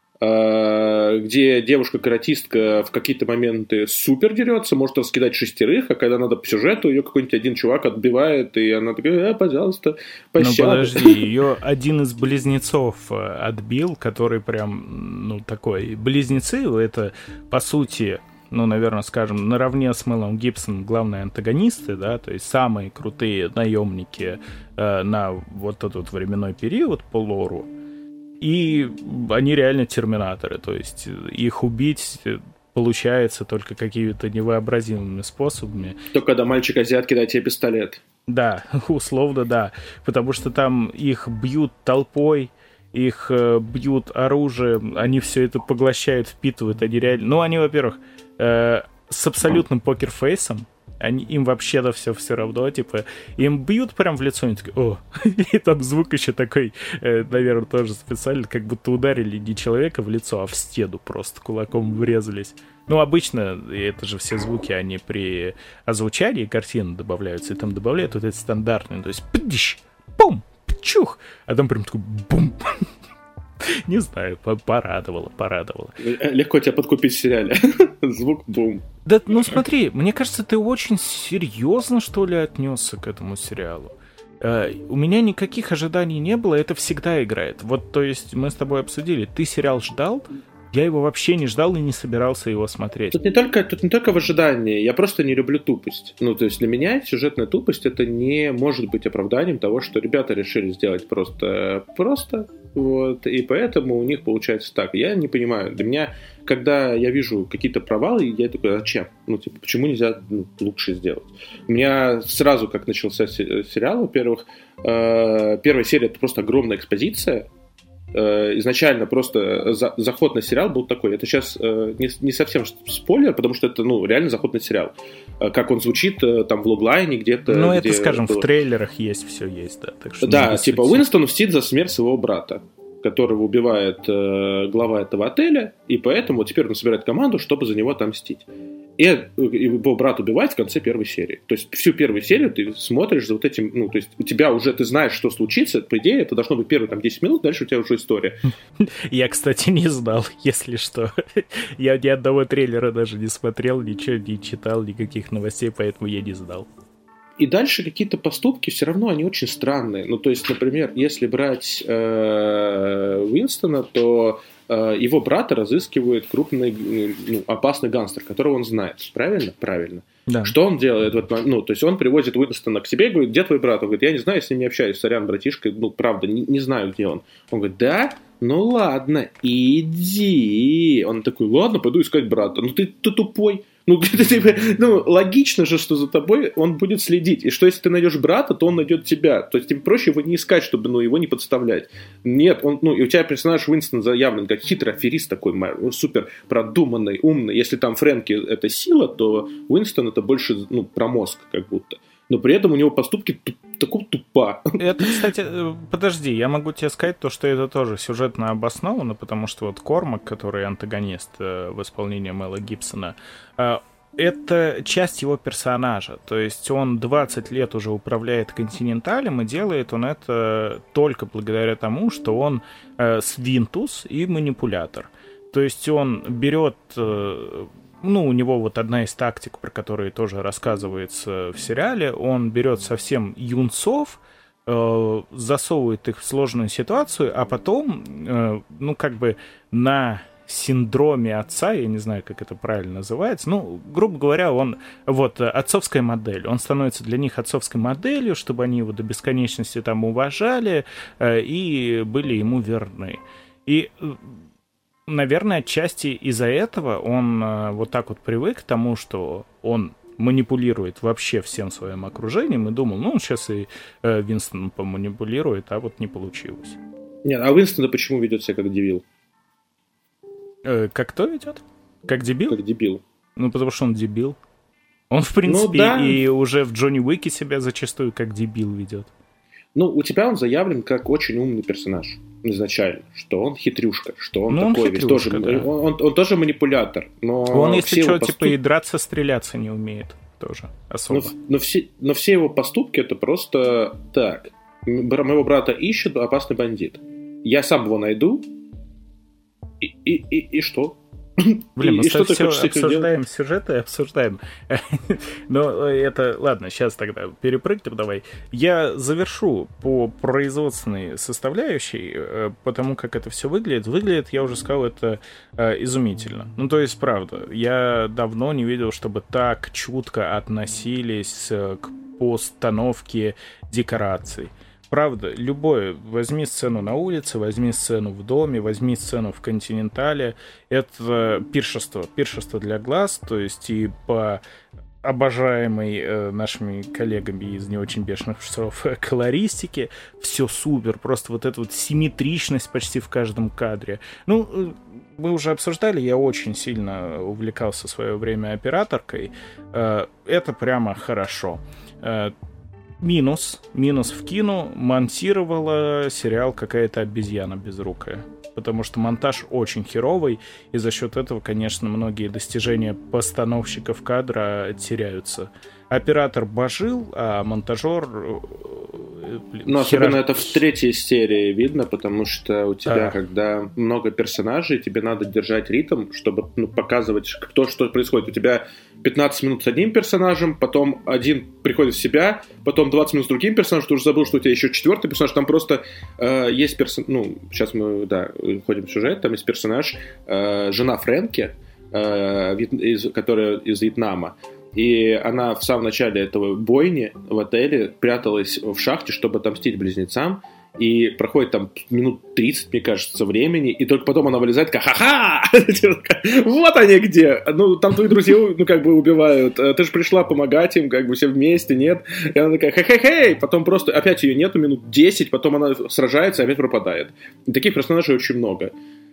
Где девушка-каратистка в какие-то моменты супер дерется, может раскидать 6, а когда надо по сюжету, ее какой-нибудь один чувак отбивает, и она такая, пожалуйста, пощады. Ну подожди, ее один из близнецов отбил, который прям, ну такой, близнецы, это по сути, ну, наверное, скажем, наравне с Мелом Гибсоном главные антагонисты, да, то есть самые крутые наемники на вот этот временной период по лору. И они реально терминаторы, то есть их убить получается только какими-то невообразимыми способами. Только когда мальчик-азиат кидает тебе пистолет. Да, условно, да. Потому что там их бьют толпой, их бьют оружием, они все это поглощают, впитывают, они реально... Ну, они, во-первых, с абсолютным покерфейсом, им вообще-то все равно, типа, им бьют прям в лицо, они такие, о, и там звук еще такой, наверное, тоже специально, как будто ударили не человека в лицо, а в стену просто кулаком врезались. Ну, обычно, это же все звуки, они при озвучании картины добавляются, и там добавляют вот эти стандартные, то есть, пдищ, бум, пчух, а там прям такой бум. Не знаю, порадовало. Легко тебя подкупить в сериале. Звук бум. Да, ну смотри, мне кажется, ты очень серьезно, что ли, отнесся к этому сериалу. У меня никаких ожиданий не было, это всегда играет. Вот, то есть, мы с тобой обсудили, ты сериал ждал, я его вообще не ждал и не собирался его смотреть. Тут не только в ожидании, я просто не люблю тупость. Ну, то есть для меня сюжетная тупость это не может быть оправданием того, что ребята решили сделать просто, вот, и поэтому у них получается так. Я не понимаю, для меня, когда я вижу какие-то провалы, я такой, зачем? Ну, типа, почему нельзя лучше сделать? У меня сразу, как начался сериал, во-первых, первая серия это просто огромная экспозиция. Изначально просто заход на сериал был такой. Это сейчас не совсем спойлер, потому что это реально заход на сериал. Как он звучит там в логлайне где-то. Ну, это, скажем, в трейлерах все есть, да. Так что да, типа Уинстон мстит за смерть своего брата, которого убивает глава этого отеля, и поэтому теперь он собирает команду, чтобы за него отомстить. И его брат убивает в конце первой серии. То есть всю первую серию ты смотришь за вот этим, то есть у тебя уже, ты знаешь, что случится, по идее, это должно быть первые там 10 минут, дальше у тебя уже история. Я, кстати, не знал, если что. Я ни одного трейлера даже не смотрел, ничего не читал, никаких новостей, поэтому я не знал. И дальше какие-то поступки, все равно они очень странные. Ну, то есть, например, если брать Уинстона, то его брата разыскивает крупный, опасный гангстер, которого он знает. Правильно? Правильно. Да. Что он делает? То есть он приводит Уинстона к себе и говорит, где твой брат? Он говорит, я не знаю, я с ним не общаюсь, сорян, братишка, правда, не знаю, где он. Он говорит, да? Ну ладно, иди. Он такой, ладно, пойду искать брата. Ну ты тупой. Логично же, что за тобой он будет следить. И что если ты найдешь брата, то он найдет тебя. То есть тебе проще его не искать, чтобы его не подставлять. Нет, и у тебя персонаж Уинстон заявлен как хитрый аферист такой, супер продуманный, умный. Если там Фрэнки это сила, то Уинстон это больше про мозг как будто. Но при этом у него поступки такого тупа. Это, кстати, подожди, я могу тебе сказать то, что это тоже сюжетно обосновано, потому что вот Кормак, который антагонист в исполнении Мела Гибсона, это часть его персонажа. То есть он 20 лет уже управляет Континенталем, и делает он это только благодаря тому, что он свинтус и манипулятор. То есть он берет... у него вот одна из тактик, про которые тоже рассказывается в сериале, он берет совсем юнцов, засовывает их в сложную ситуацию, а потом, на синдроме отца, я не знаю, как это правильно называется, грубо говоря, он, отцовская модель, он становится для них отцовской моделью, чтобы они его до бесконечности там уважали и были ему верны. И... наверное, отчасти из-за этого он вот так вот привык к тому, что он манипулирует вообще всем своим окружением и думал, сейчас и Винстон поманипулирует, а вот не получилось. Нет, а Уинстон почему ведет себя как дебил? Как кто ведет? Как дебил? Как дебил. Потому что он дебил. Он, в принципе, и уже в Джонни Уике себя зачастую как дебил ведет. Ну, у тебя он заявлен как очень умный персонаж изначально, что он хитрюшка, что он ну, такой он хитрюшка, весь тоже, да. он тоже манипулятор, но он, если что, поступ... типа и драться, стреляться не умеет тоже особо. Но все его поступки это просто так. Моего брата ищет опасный бандит. Я сам его найду, и что? Блин, мы что все обсуждаем сюжеты, обсуждаем. Но это... Ладно, сейчас тогда перепрыгнем давай. Я завершу по производственной составляющей, потому как это все выглядит. Выглядит, я уже сказал, это изумительно. Ну, то есть, правда, я давно не видел, чтобы так чутко относились к постановке декораций. Правда, любое, возьми сцену на улице, возьми сцену в доме, возьми сцену в «Континентале», это пиршество для глаз, то есть и по обожаемой нашими коллегами из «Не очень бешеных псов» колористики, все супер, просто вот эта вот симметричность почти в каждом кадре. Ну, мы уже обсуждали, я очень сильно увлекался в свое время операторкой, это прямо хорошо. Минус вкину, монтировала сериал какая-то обезьяна безрукая. Потому что монтаж очень херовый, и за счет этого, конечно, многие достижения постановщиков кадра теряются. Оператор божил, а монтажер... Ну, особенно это в третьей серии видно, потому что у тебя, когда много персонажей, тебе надо держать ритм, чтобы показывать, кто что происходит. У тебя 15 минут с одним персонажем, потом один приходит в себя, потом 20 минут с другим персонажем, ты уже забыл, что у тебя еще четвертый персонаж, там просто есть персонаж... Ну, сейчас мы, уходим в сюжет, там есть персонаж, жена Фрэнки, которая из Вьетнама. И она в самом начале этого бойни в отеле пряталась в шахте, чтобы отомстить близнецам. И проходит там минут 30, мне кажется, времени. И только потом она вылезает, такая, ха-ха! Вот они где! Ну, там твои друзья, убивают. Ты же пришла помогать им, все вместе, нет? И она такая, хе-хе-хей! Потом просто опять ее нету минут 10, потом она сражается и опять пропадает. И таких персонажей очень много.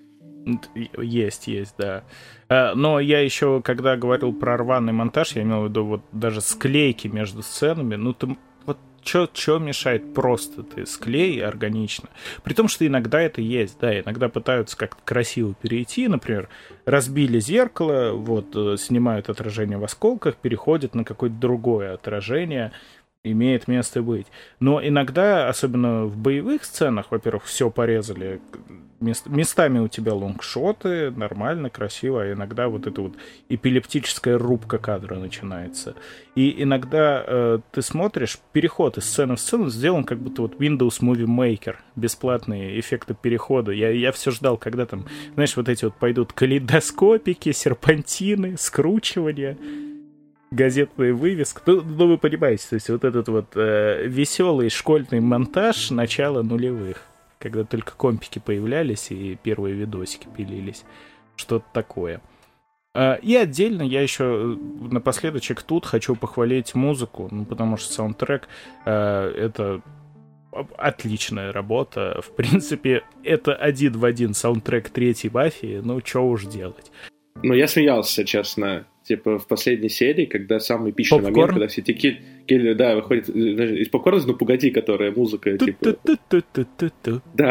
Есть, да. Но я еще, когда говорил про рваный монтаж, я имел в виду вот даже склейки между сценами. Ну, ты вот что мешает просто ты склей органично? При том, что иногда это есть, да, иногда пытаются как-то красиво перейти, например, разбили зеркало, вот, снимают отражение в осколках, переходят на какое-то другое отражение, имеет место быть. Но иногда, особенно в боевых сценах, во-первых, все порезали, местами у тебя лонгшоты, нормально, красиво, а иногда вот эта вот эпилептическая рубка кадра начинается. И иногда ты смотришь, переход из сцены в сцену сделан как будто вот Windows Movie Maker, бесплатные эффекты перехода. Я все ждал, когда там, знаешь, вот эти вот пойдут калейдоскопики, серпантины, скручивания, газетная вывеска. Ну, вы понимаете, то есть вот этот вот веселый школьный монтаж начала нулевых, когда только компики появлялись и первые видосики пилились. Что-то такое. И отдельно я еще напоследочек тут хочу похвалить музыку, ну, потому что саундтрек это отличная работа. В принципе, это один в один саундтрек третьей «Мафии», ну, что уж делать. Ну, я смеялся, честно, типа в последней серии, когда самый эпичный момент, когда все эти киллеры, да, выходят из попкорна, ну, погоди, которая музыка, типа... Да.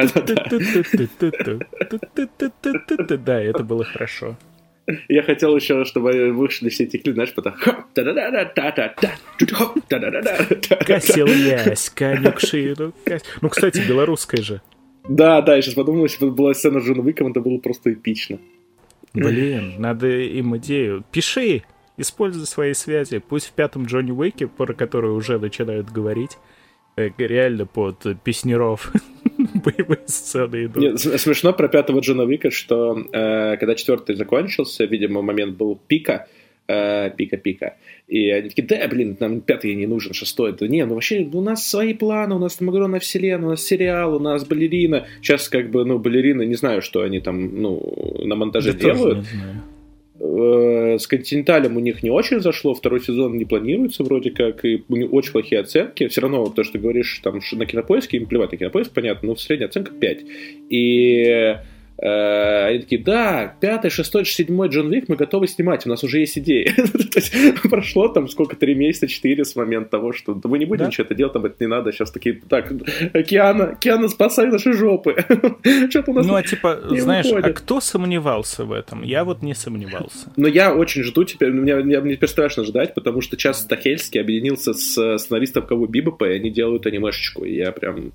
Да, это было хорошо. Я хотел еще, чтобы вышли все эти клипы, знаешь, потом... Косил ясь, конюк шину. Ну, кстати, белорусская же. Да, я сейчас подумал, если бы была сцена с Джоном Уиком, это было просто эпично. Блин, надо им идею. Пиши, используй свои связи. Пусть в пятом Джонни Уике, про который уже начинают говорить, реально под песнеров боевые сцены идут. Нет, смешно про пятого Джона Уика, что когда четвертый закончился, видимо, момент был пика, и они такие, да, блин, нам пятый не нужен, шестой. Да не, ну вообще, у нас свои планы, у нас там огромная вселенная, у нас сериал, у нас балерина. Сейчас балерина, не знаю, что они там, на монтаже делают. С «Континенталем» у них не очень зашло, второй сезон не планируется вроде как, и у них очень плохие оценки. Все равно, то, что ты говоришь, там, на Кинопоиске, им плевать на Кинопоиск, понятно, но средняя оценка 5. И Они такие, да, 5-й, 6-й, 7-й Джон Уик мы готовы снимать, у нас уже есть идеи. То есть прошло там сколько, 3 месяца, 4 с момента того, что да мы не будем ничего это делать, там это не надо, сейчас такие, так, Киана, спасай наши жопы. Что-то у нас ну, а типа, знаешь, выходит. а кто сомневался в этом? Я вот не сомневался. Но я очень жду теперь, мне теперь страшно ждать, потому что сейчас Стахельский объединился с сценаристом Ковбой Бибопа, и они делают анимешечку, и я прям...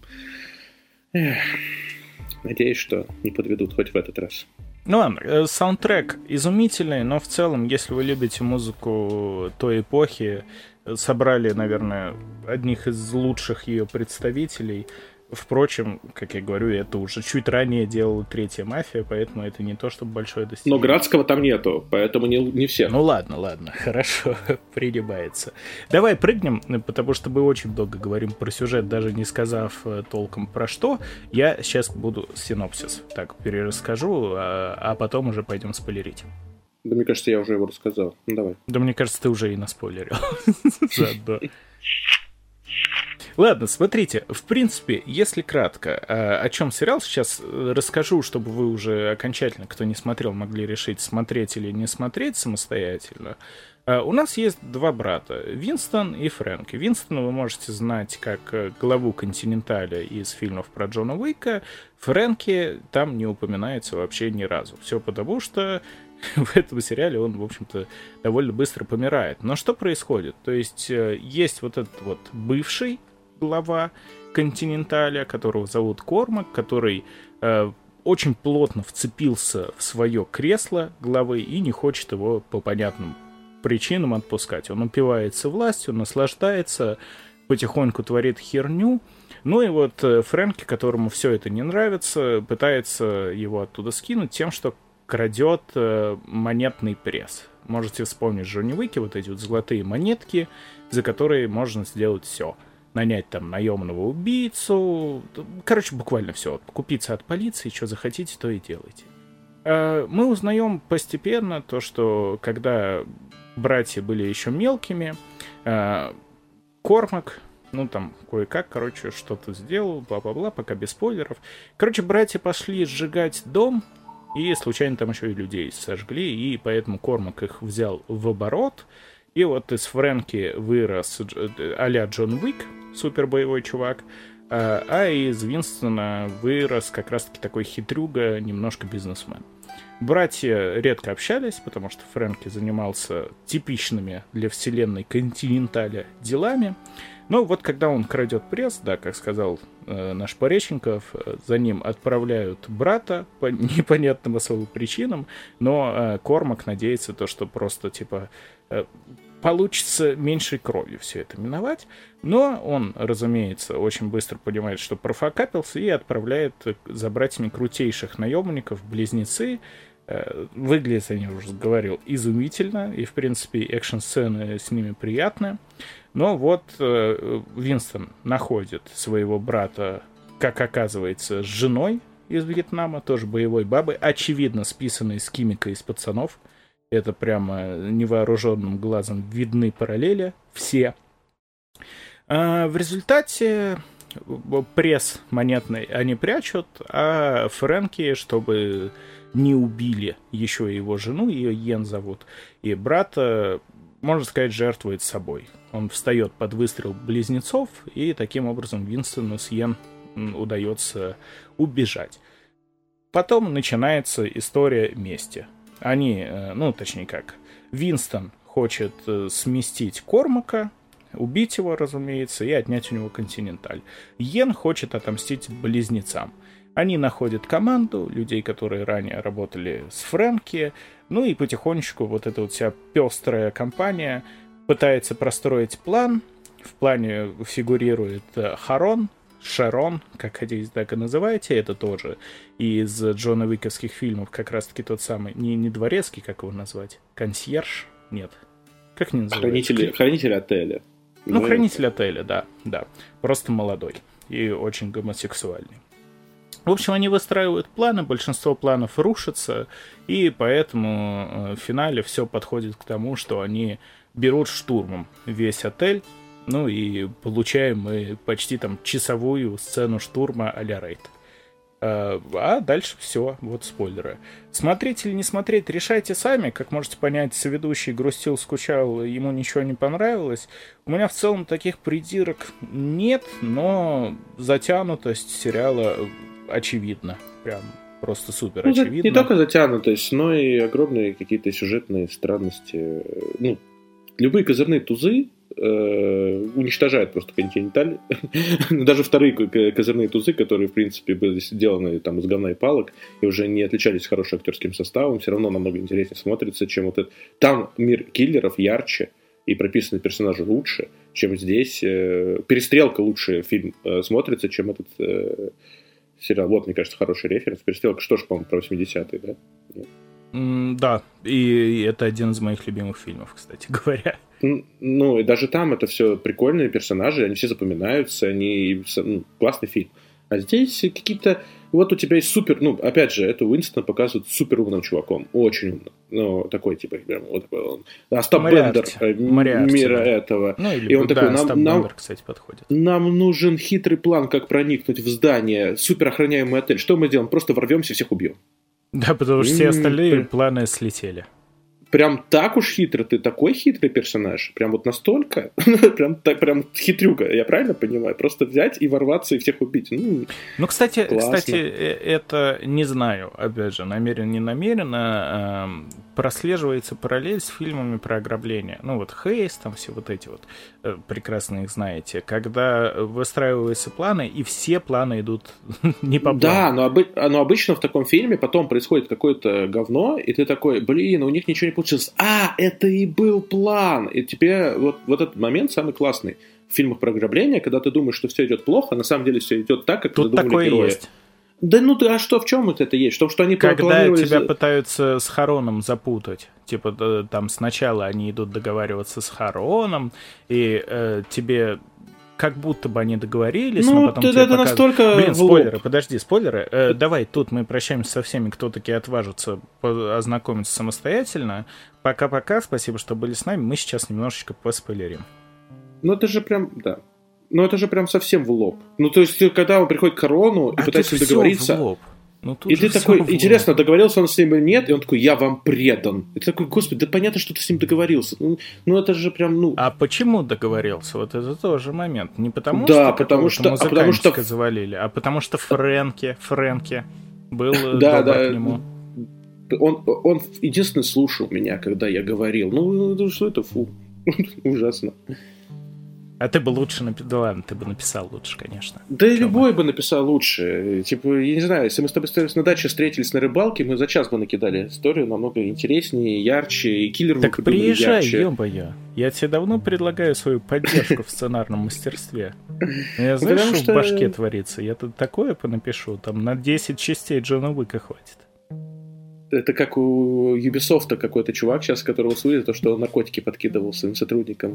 Надеюсь, что не подведут хоть в этот раз. Ну ладно, саундтрек изумительный, но в целом, если вы любите музыку той эпохи, собрали, наверное, одних из лучших ее представителей. Впрочем, как я говорю, это уже чуть ранее делала третья мафия, поэтому это не то, чтобы большое достижение. Но Градского там нету, поэтому не все. Ну ладно, хорошо, принимается. Давай прыгнем, потому что мы очень долго говорим про сюжет, даже не сказав толком про что. Я сейчас буду синопсис так перерасскажу, а потом уже пойдем спойлерить. Да мне кажется, я уже его рассказал. Ну давай. Да мне кажется, ты уже и наспойлерил. Заодно. Ладно, смотрите, в принципе, если кратко, о чем сериал, сейчас расскажу, чтобы вы уже окончательно, кто не смотрел, могли решить, смотреть или не смотреть самостоятельно. У нас есть два брата, Винстон и Фрэнки. Винстона вы можете знать как главу Континенталя из фильмов про Джона Уика. Фрэнки там не упоминается вообще ни разу. Все потому, что в этом сериале он, в общем-то, довольно быстро помирает. Но что происходит? То есть есть вот этот вот бывший глава Континенталя, которого зовут Кормак, который очень плотно вцепился в свое кресло главы и не хочет его по понятным причинам отпускать. Он упивается властью, наслаждается, потихоньку творит херню. Ну и вот Фрэнки, которому все это не нравится, пытается его оттуда скинуть тем, что крадет монетный пресс. Можете вспомнить Джонни Уики, вот эти вот золотые монетки, за которые можно сделать все. Нанять там наемного убийцу, короче, буквально все. Купиться от полиции, что захотите, то и делайте. Мы узнаем постепенно то, что когда братья были еще мелкими, Кормак, ну там кое-как, короче, что-то сделал, бла-бла-бла, пока без спойлеров. Короче, братья пошли сжигать дом, и случайно там еще и людей сожгли, и поэтому Кормак их взял в оборот. И вот из Фрэнки вырос а-ля Джон Уик, супер боевой чувак, а из Винстона вырос как раз-таки такой хитрюга, немножко бизнесмен. Братья редко общались, потому что Фрэнки занимался типичными для вселенной Континенталя делами. Но вот когда он крадет пресс, да, как сказал наш Пореченков, за ним отправляют брата по непонятным особым причинам, но Кормак надеется, то, что просто, типа, получится меньшей кровью все это миновать. Но он, разумеется, очень быстро понимает, что профокапился, и отправляет за братьями крутейших наемников, близнецы. Выглядят они, уже говорил, изумительно, и, в принципе, экшн-сцены с ними приятны. Но вот Винстон находит своего брата, как оказывается, с женой из Вьетнама, тоже боевой бабой, очевидно списанной с Кимика из «Пацанов». Это прямо невооруженным глазом видны параллели все. В результате пресс монетный они прячут, а Фрэнки, чтобы не убили еще его жену, ее Йен зовут, и брата, можно сказать, жертвует собой. Он встает под выстрел близнецов, и таким образом Винстону с Йен удается убежать. Потом начинается история мести. Они, ну, точнее как, Винстон хочет сместить Кормака, убить его, разумеется, и отнять у него Континенталь. Йен хочет отомстить близнецам. Они находят команду людей, которые ранее работали с Фрэнки, ну и потихонечку вот эта вот вся пестрая компания пытается простроить план. В плане фигурирует Шарон, как хотите, так и называйте, это тоже из Джона Уиковских фильмов, как раз-таки тот самый, не дворецкий, как его назвать, консьерж, нет, как не называется? Хранитель отеля. Ну, хранитель отеля, да, просто молодой и очень гомосексуальный. В общем, они выстраивают планы, большинство планов рушится, и поэтому в финале все подходит к тому, что они берут штурмом весь отель, ну и получаем мы почти там часовую сцену штурма а-ля рейд. А дальше все, вот спойлеры. Смотреть или не смотреть, решайте сами. Как можете понять, соведущий грустил, скучал, ему ничего не понравилось. У меня в целом таких придирок нет, но затянутость сериала очевидна. Прям просто супер очевидно. Не только затянутость, но и огромные какие-то сюжетные странности. Ну, любые козырные тузы уничтожают просто континенталь. Даже вторые козырные тузы, которые, в принципе, были сделаны там из говна и палок и уже не отличались хорошим актерским составом, все равно намного интереснее смотрится, чем вот это. Там мир киллеров ярче и прописаны персонажи лучше, чем здесь. «Перестрелка» лучше фильм смотрится, чем этот сериал. Вот, мне кажется, хороший референс. «Перестрелка» что ж, по-моему, про 80-е, да? Нет. Да, и это один из моих любимых фильмов, кстати говоря. Ну, и даже там это все прикольные персонажи, они все запоминаются, они классный фильм. А здесь какие-то... Вот у тебя есть супер... Ну, опять же, это Уинстона показывают супер умным чуваком. Очень умным. Ну, такой, типа, прям вот такой он. Остап Бендер мира этого. Ну, или, и он такой, Остап Бендер, кстати, подходит. Нам нужен хитрый план, как проникнуть в здание, супер охраняемый отель. Что мы делаем? Просто ворвемся, всех убьем. Да, потому что все остальные планы слетели. Прям так уж хитро, ты такой хитрый персонаж, прям вот настолько, прям хитрюга, я правильно понимаю? Просто взять и ворваться и всех убить. Ну, кстати, это, не знаю, опять же, намеренно, не намеренно, прослеживается параллель с фильмами про ограбление. Ну, вот Хейс, там все вот эти вот, прекрасно их знаете, когда выстраиваются планы, и все планы идут не по плану. Да, но обычно в таком фильме потом происходит какое-то говно, и ты такой, блин, у них ничего не получилось. Это и был план. И тебе вот этот момент самый классный в фильмах про ограбление, когда ты думаешь, что все идет плохо, на самом деле все идет так, как тут задумали герои. Есть. Да а что, в чем это есть? В том, что они когда тебя пытаются с Хароном запутать. Типа там сначала они идут договариваться с Хароном, и тебе... как будто бы они договорились, но потом тебе показывают... настолько... Блин, спойлеры. Давай, тут мы прощаемся со всеми, кто таки отважится ознакомиться самостоятельно. Пока-пока, спасибо, что были с нами. Мы сейчас немножечко поспойлерим. Ну, это же прям, да. Ну, это же прям совсем в лоб. Ну, то есть, когда он приходит к Корону и пытается договориться... В лоб. И ты такой, интересно, договорился он с ним или нет? И он такой, я вам предан. И ты такой, господи, да понятно, что ты с ним договорился. Ну это же прям, А почему договорился? Вот это тоже момент. Не потому что музыкантика завалили, а потому что Фрэнки был добр к нему. Он единственный слушал меня, когда я говорил. Ну, что это, фу. Ужасно. А ты бы лучше написал. Да ладно, ты бы написал лучше, конечно. Да и любой бы написал лучше. Типа, я не знаю, если мы с тобой на даче встретились на рыбалке, мы за час бы накидали историю намного интереснее, ярче, и киллер бы так приезжай, ё-моё. Я тебе давно предлагаю свою поддержку в сценарном мастерстве. Я знаешь, что в башке творится? Я тут такое понапишу, там на 10 частей Джона Уика хватит. Это как у Ubisoft какой-то чувак сейчас, которого судят, то, что он наркотики подкидывал своим сотрудникам,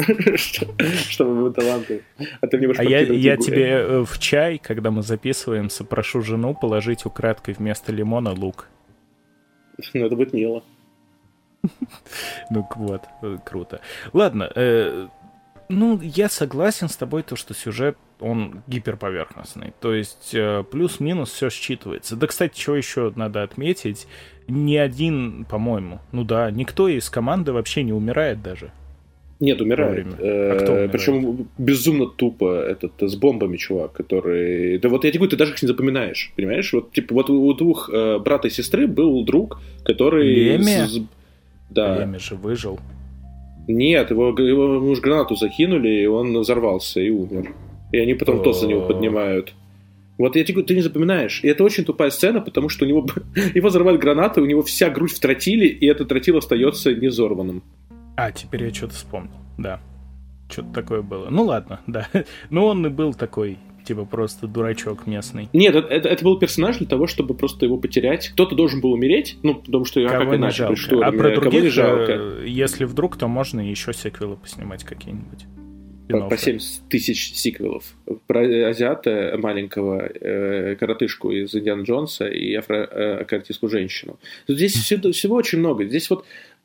чтобы вы таланты. А ты мне будешь подкидывать. Я тебе в чай, когда мы записываемся, прошу жену положить украдкой вместо лимона лук. Ну, это будет мило. Ну, вот, круто. Ладно, я согласен с тобой, то, что сюжет, он гиперповерхностный. То есть плюс-минус все считывается. Да, кстати, что еще надо отметить? Ни один, по-моему, никто из команды вообще не умирает даже. Нет, умирает. Умирает? Причем безумно тупо с бомбами чувак, который... Да вот я тебе говорю, ты даже их не запоминаешь, понимаешь? Вот, типа, вот у двух брата и сестры был друг, который... Леми? Да. Леми же выжил. Нет, его уж гранату закинули, и он взорвался и умер. И они потом тост за него поднимают. Вот я тебе говорю, ты не запоминаешь. И это очень тупая сцена, потому что его взорвали гранаты, у него вся грудь в тротиле, и этот тротил остается незорванным. Теперь я что-то вспомнил, да. Что-то такое было. Ну ладно, да. Но он и был такой, типа просто дурачок местный. Нет, это был персонаж для того, чтобы просто его потерять. Кто-то должен был умереть, потому что как иначе при шторме. А про других, если вдруг, то можно еще сиквелы поснимать какие-нибудь. По 70 тысяч сиквелов. Про азиата маленького, коротышку из Индиана Джонса и афрокартистскую женщину. Здесь всего очень много. Здесь вот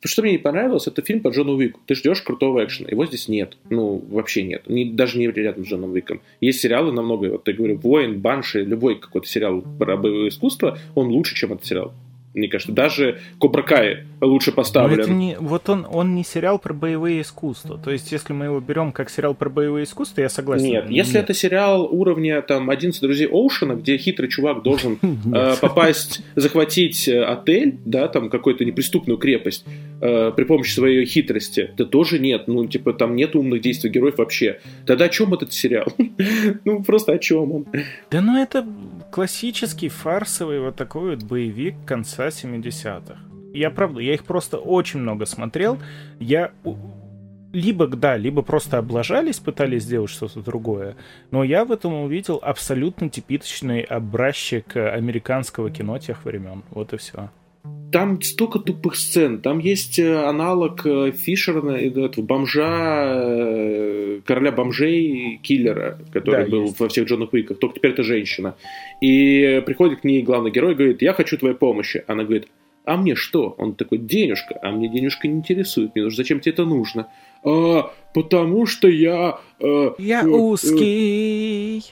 что мне не понравилось, это фильм по Джону Уику. Ты ждешь крутого экшена. Его здесь нет. Ну, вообще нет. Даже не рядом с Джоном Уиком. Есть сериалы намного, вот я говорю, «Воин», «Банши», любой какой-то сериал про боевое искусство, он лучше, чем этот сериал. Мне кажется, даже «Кобра Кай» лучше поставлен. Это не, вот он не сериал про боевые искусства. То есть, если мы его берем как сериал про боевые искусства, я согласен. Нет, если это сериал уровня там 11 друзей Оушена, где хитрый чувак должен попасть, захватить отель, да, там какую-то неприступную крепость при помощи своей хитрости, то тоже нет. Ну, типа, там нет умных действий героев вообще. Тогда о чем этот сериал? Ну, просто о чем он? Да ну это классический фарсовый вот такой вот боевик конца 70-х. Я их просто очень много смотрел. Либо просто облажались, пытались сделать что-то другое, но я в этом увидел абсолютно типичный образчик американского кино тех времен. Вот и все. Там столько тупых сцен. Там есть аналог Фишера, этого бомжа, короля бомжей, киллера, который был во всех Джонах Уиках. Только теперь это женщина. И приходит к ней главный герой и говорит: «Я хочу твоей помощи». Она говорит: «А мне что?» Он такой: «Денежка». «А мне денежка не интересует. Мне нужно, зачем тебе это нужно?» «Потому что я...» «Я узкий».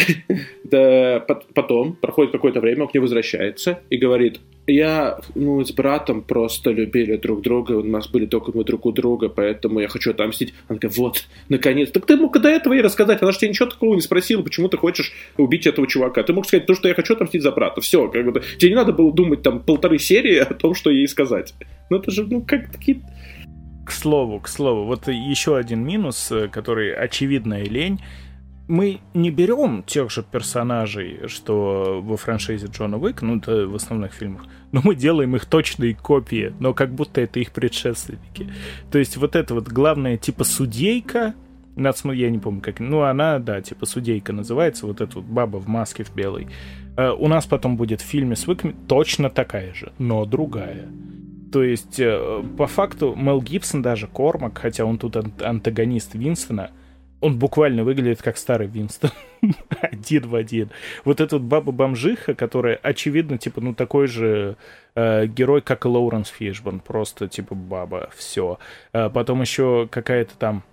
Да, потом проходит какое-то время, он к ней возвращается и говорит: мы с братом просто любили друг друга, у нас были только мы друг у друга, поэтому я хочу отомстить. Она такая: вот, наконец. Так ты мог до этого ей рассказать, она же тебе ничего такого не спросила, почему ты хочешь убить этого чувака. Ты мог сказать то, что я хочу отомстить за брата. Все, как бы тебе не надо было думать там 1,5 серии о том, что ей сказать. Ну это же, как такие... К слову, вот еще один минус, который очевидная лень. Мы не берем тех же персонажей, что во франшизе Джона Уика, ну, это в основных фильмах, но мы делаем их точные копии, но как будто это их предшественники. То есть вот это вот главная типа судейка, я не помню как, ну, она, да, типа судейка называется, вот эта вот баба в маске в белой. У нас потом будет в фильме с Уиками точно такая же, но другая. То есть, по факту, Мел Гибсон, даже Кормак, хотя он тут антагонист Винстона, он буквально выглядит как старый Винстон. Один в один. Вот эта вот баба-бомжиха, которая, очевидно, типа, ну, такой же герой, как и Лоуренс Фишборн. Просто, типа, баба. Все. Потом еще какая-то там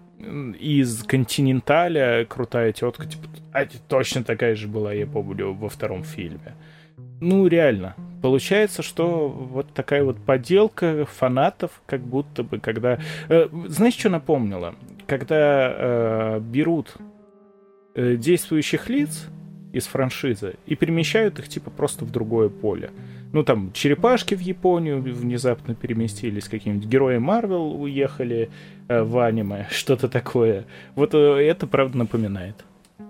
из «Континенталя» крутая тетка. Типа, точно такая же была, я помню, во втором фильме. Ну, реально. Получается, что вот такая вот подделка фанатов, как будто бы, когда... Знаешь, что напомнило? Когда берут действующих лиц из франшизы и перемещают их, типа, просто в другое поле. Ну, там, черепашки в Японию внезапно переместились, какие-нибудь герои Марвел уехали в аниме, что-то такое. Вот это, правда, напоминает.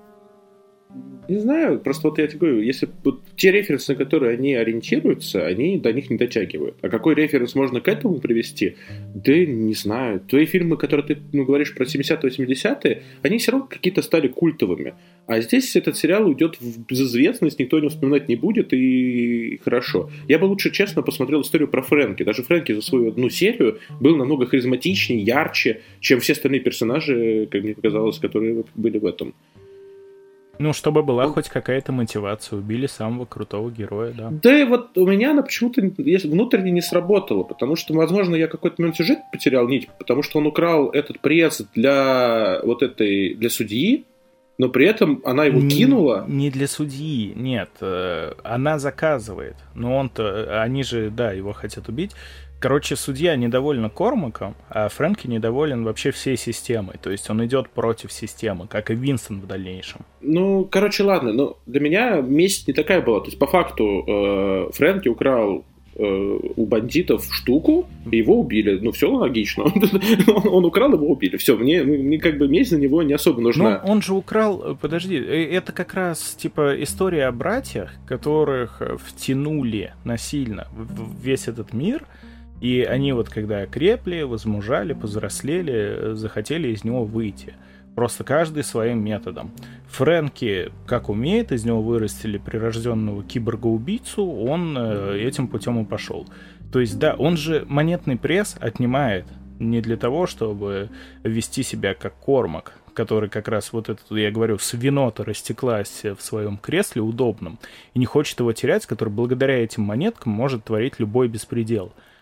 Не знаю, просто вот я тебе говорю, если вот те референсы, на которые они ориентируются, они до них не дотягивают. А какой референс можно к этому привести? Да не знаю. Твои фильмы, которые ты говоришь про 70-80-е, они все равно какие-то стали культовыми. А здесь этот сериал уйдет в безызвестность, никто не вспоминать не будет, и хорошо. Я бы лучше, честно, посмотрел историю про Фрэнки. Даже Фрэнки за свою одну серию был намного харизматичнее, ярче, чем все остальные персонажи, как мне показалось, которые были в этом. Ну, чтобы была хоть какая-то мотивация. Убили самого крутого героя, да. Да, и вот у меня она почему-то внутренне не сработала, потому что, возможно, я какой-то момент сюжет потерял нить, потому что он украл этот пресс для судьи, но при этом она его кинула. Не для судьи, нет. Она заказывает. Но они же, да, его хотят убить. Короче, судья недовольна Кормаком, а Фрэнки недоволен вообще всей системой. То есть он идет против системы, как и Винстон в дальнейшем. Ну, короче, ладно. Но для меня месть не такая была. То есть, по факту, Фрэнки украл у бандитов штуку, и его убили. Ну, все логично. Он украл, его убили. Все, мне как бы месть на него не особо нужна. Но он же украл... Подожди, это как раз типа история о братьях, которых втянули насильно в весь этот мир. И они вот когда окрепли, возмужали, повзрослели, захотели из него выйти. Просто каждый своим методом. Фрэнки, как умеет, из него вырастили прирожденного киборга-убийцу, он этим путем и пошел. То есть, да, он же монетный пресс отнимает не для того, чтобы вести себя как Кормак, который как раз вот этот, я говорю, свинота растеклась в своем кресле удобном и не хочет его терять, который благодаря этим монеткам может творить любой беспредел.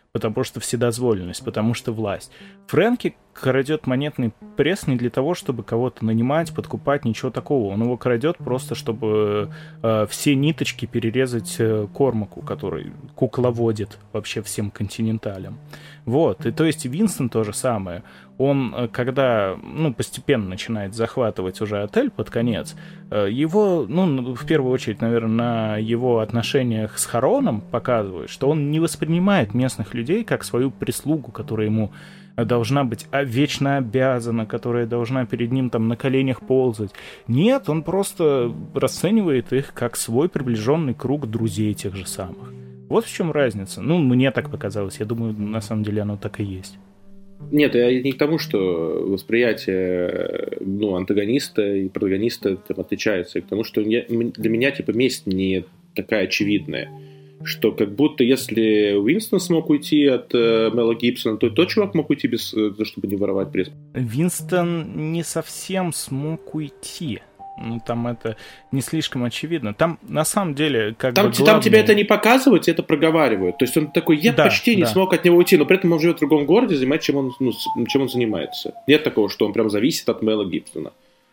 потому что вседозволенность, потому что власть. Фрэнки крадет монетный пресс не для того, чтобы кого-то нанимать, подкупать, ничего такого. Он его крадет просто, чтобы все ниточки перерезать Кормаку, который кукловодит вообще всем континенталям. Вот, и то есть Винстон то же самое. Он, когда, постепенно начинает захватывать уже отель под конец, его, в первую очередь, наверное, на его отношениях с Хароном показывает, что он не воспринимает местных людей как свою прислугу, которая ему должна быть вечно обязана, которая должна перед ним там на коленях ползать. Нет, он просто расценивает их как свой приближенный круг друзей тех же самых. Вот в чем разница. Мне так показалось. Я думаю, на самом деле оно так и есть. Нет, я не к тому, что восприятие антагониста и протагониста там отличается, а к тому, что для меня месть не такая очевидная. Что как будто если Уинстон смог уйти от Мела Гибсона, то тот чувак мог уйти без того, чтобы не воровать пресс. Винстон не совсем смог уйти. Там это не слишком очевидно. Там, на самом деле, там тебе это не показывают, это проговаривают. То есть он такой, почти не смог от него уйти, но при этом он живет в другом городе, занимается, чем он занимается. Нет такого, что он прям зависит от Мела Гибсона.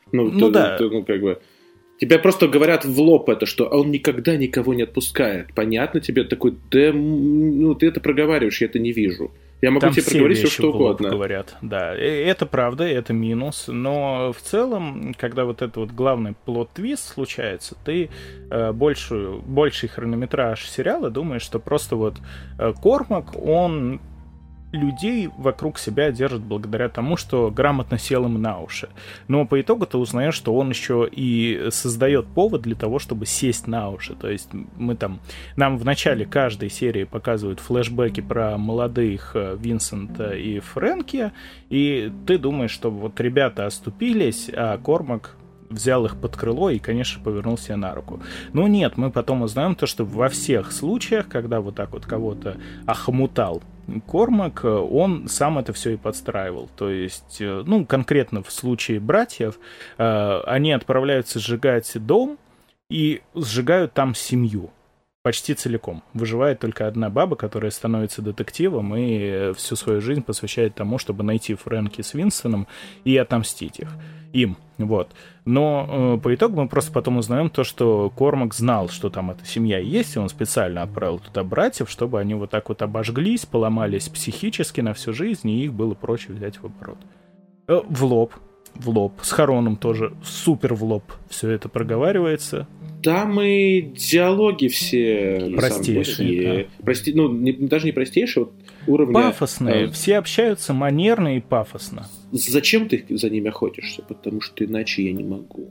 Тебе просто говорят в лоб это, что он никогда никого не отпускает. Понятно тебе? Такой, ты это проговариваешь, я это не вижу. Я могу тебе проговорить все, что угодно. Говорят. Да, это правда, это минус. Но в целом, когда вот это вот главный плот-твист случается, ты больший хронометраж сериала думаешь, что просто вот Кормак, он людей вокруг себя держит благодаря тому, что грамотно сел им на уши. Но по итогу ты узнаешь, что он еще и создает повод для того, чтобы сесть на уши. То есть нам в начале каждой серии показывают флешбеки про молодых Винсента и Фрэнки, и ты думаешь, что вот ребята оступились, а Кормак взял их под крыло и, конечно, повернул себе на руку. Но нет, мы потом узнаем то, что во всех случаях, когда вот так вот кого-то охмутал Кормак, он сам это все и подстраивал. То есть, конкретно в случае братьев, они отправляются сжигать дом и сжигают там семью. Почти целиком. Выживает только одна баба, которая становится детективом и всю свою жизнь посвящает тому, чтобы найти Фрэнки с Винстоном и отомстить им. Вот. Но по итогу мы просто потом узнаем то, что Кормак знал, что там эта семья есть, и он специально отправил туда братьев, чтобы они вот так вот обожглись, поломались психически на всю жизнь, и их было проще взять в оборот. В лоб. С Хароном тоже супер в лоб все это проговаривается. Там и диалоги все простейшие. Даже не простейшие, уровня... Пафосные. Все общаются манерно и пафосно. Зачем ты за ними охотишься? Потому что иначе я не могу.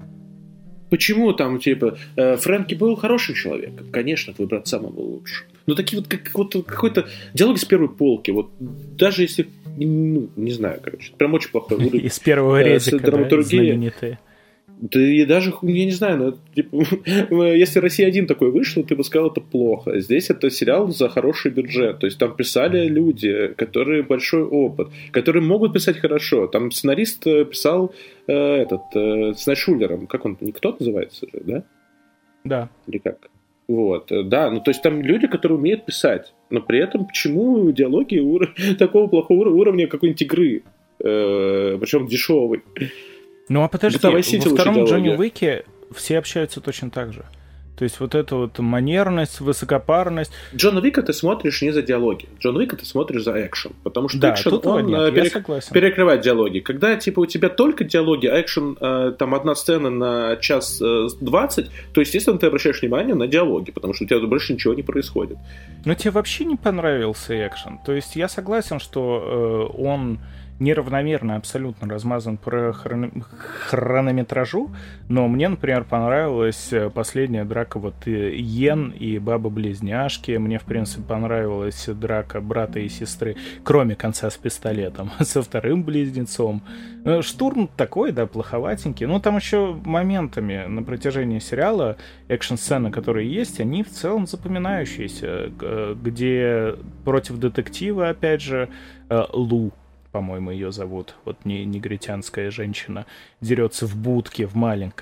Почему там, Фрэнки был хорошим человеком? Конечно, твой брат самый был лучше. Но такие какой-то диалоги с первой полки. Вот даже если... не знаю, прям очень плохой уровень. Из первого резика, знаменитые. Да и даже, я не знаю, если «Россия-1» такой вышел, ты бы сказал, это плохо. Здесь это сериал за хороший бюджет. То есть там писали люди, которые большой опыт, которые могут писать хорошо. Там сценарист писал с Найшулером. Как он? Никто называется же, да? Да. Или как? Вот, да, то есть там люди, которые умеют писать. Но при этом почему диалоги такого плохого уровня какой-нибудь игры? Причем дешевый. А подожди, во втором Джонни Уике все общаются точно так же. То есть вот эта вот манерность, высокопарность. Джона Уика ты смотришь не за диалоги. Джона Уика ты смотришь за экшен. Потому что экшен, он перекрывает диалоги. Когда у тебя только диалоги, а экшен, там одна сцена на час 20, то, естественно, ты обращаешь внимание на диалоги, потому что у тебя больше ничего не происходит. Но тебе вообще не понравился экшен? То есть я согласен, что он неравномерно абсолютно размазан по хронометражу, но мне, например, понравилась последняя драка Йен и Бабы-близняшки. Мне, в принципе, понравилась драка брата и сестры, кроме конца с пистолетом, со вторым близнецом. Штурм такой, да, плоховатенький. Там еще моментами на протяжении сериала экшн-сцены, которые есть, они в целом запоминающиеся, где против детектива, опять же, Лу, по-моему, ее зовут, негритянская женщина, дерется в будке, в маленькой.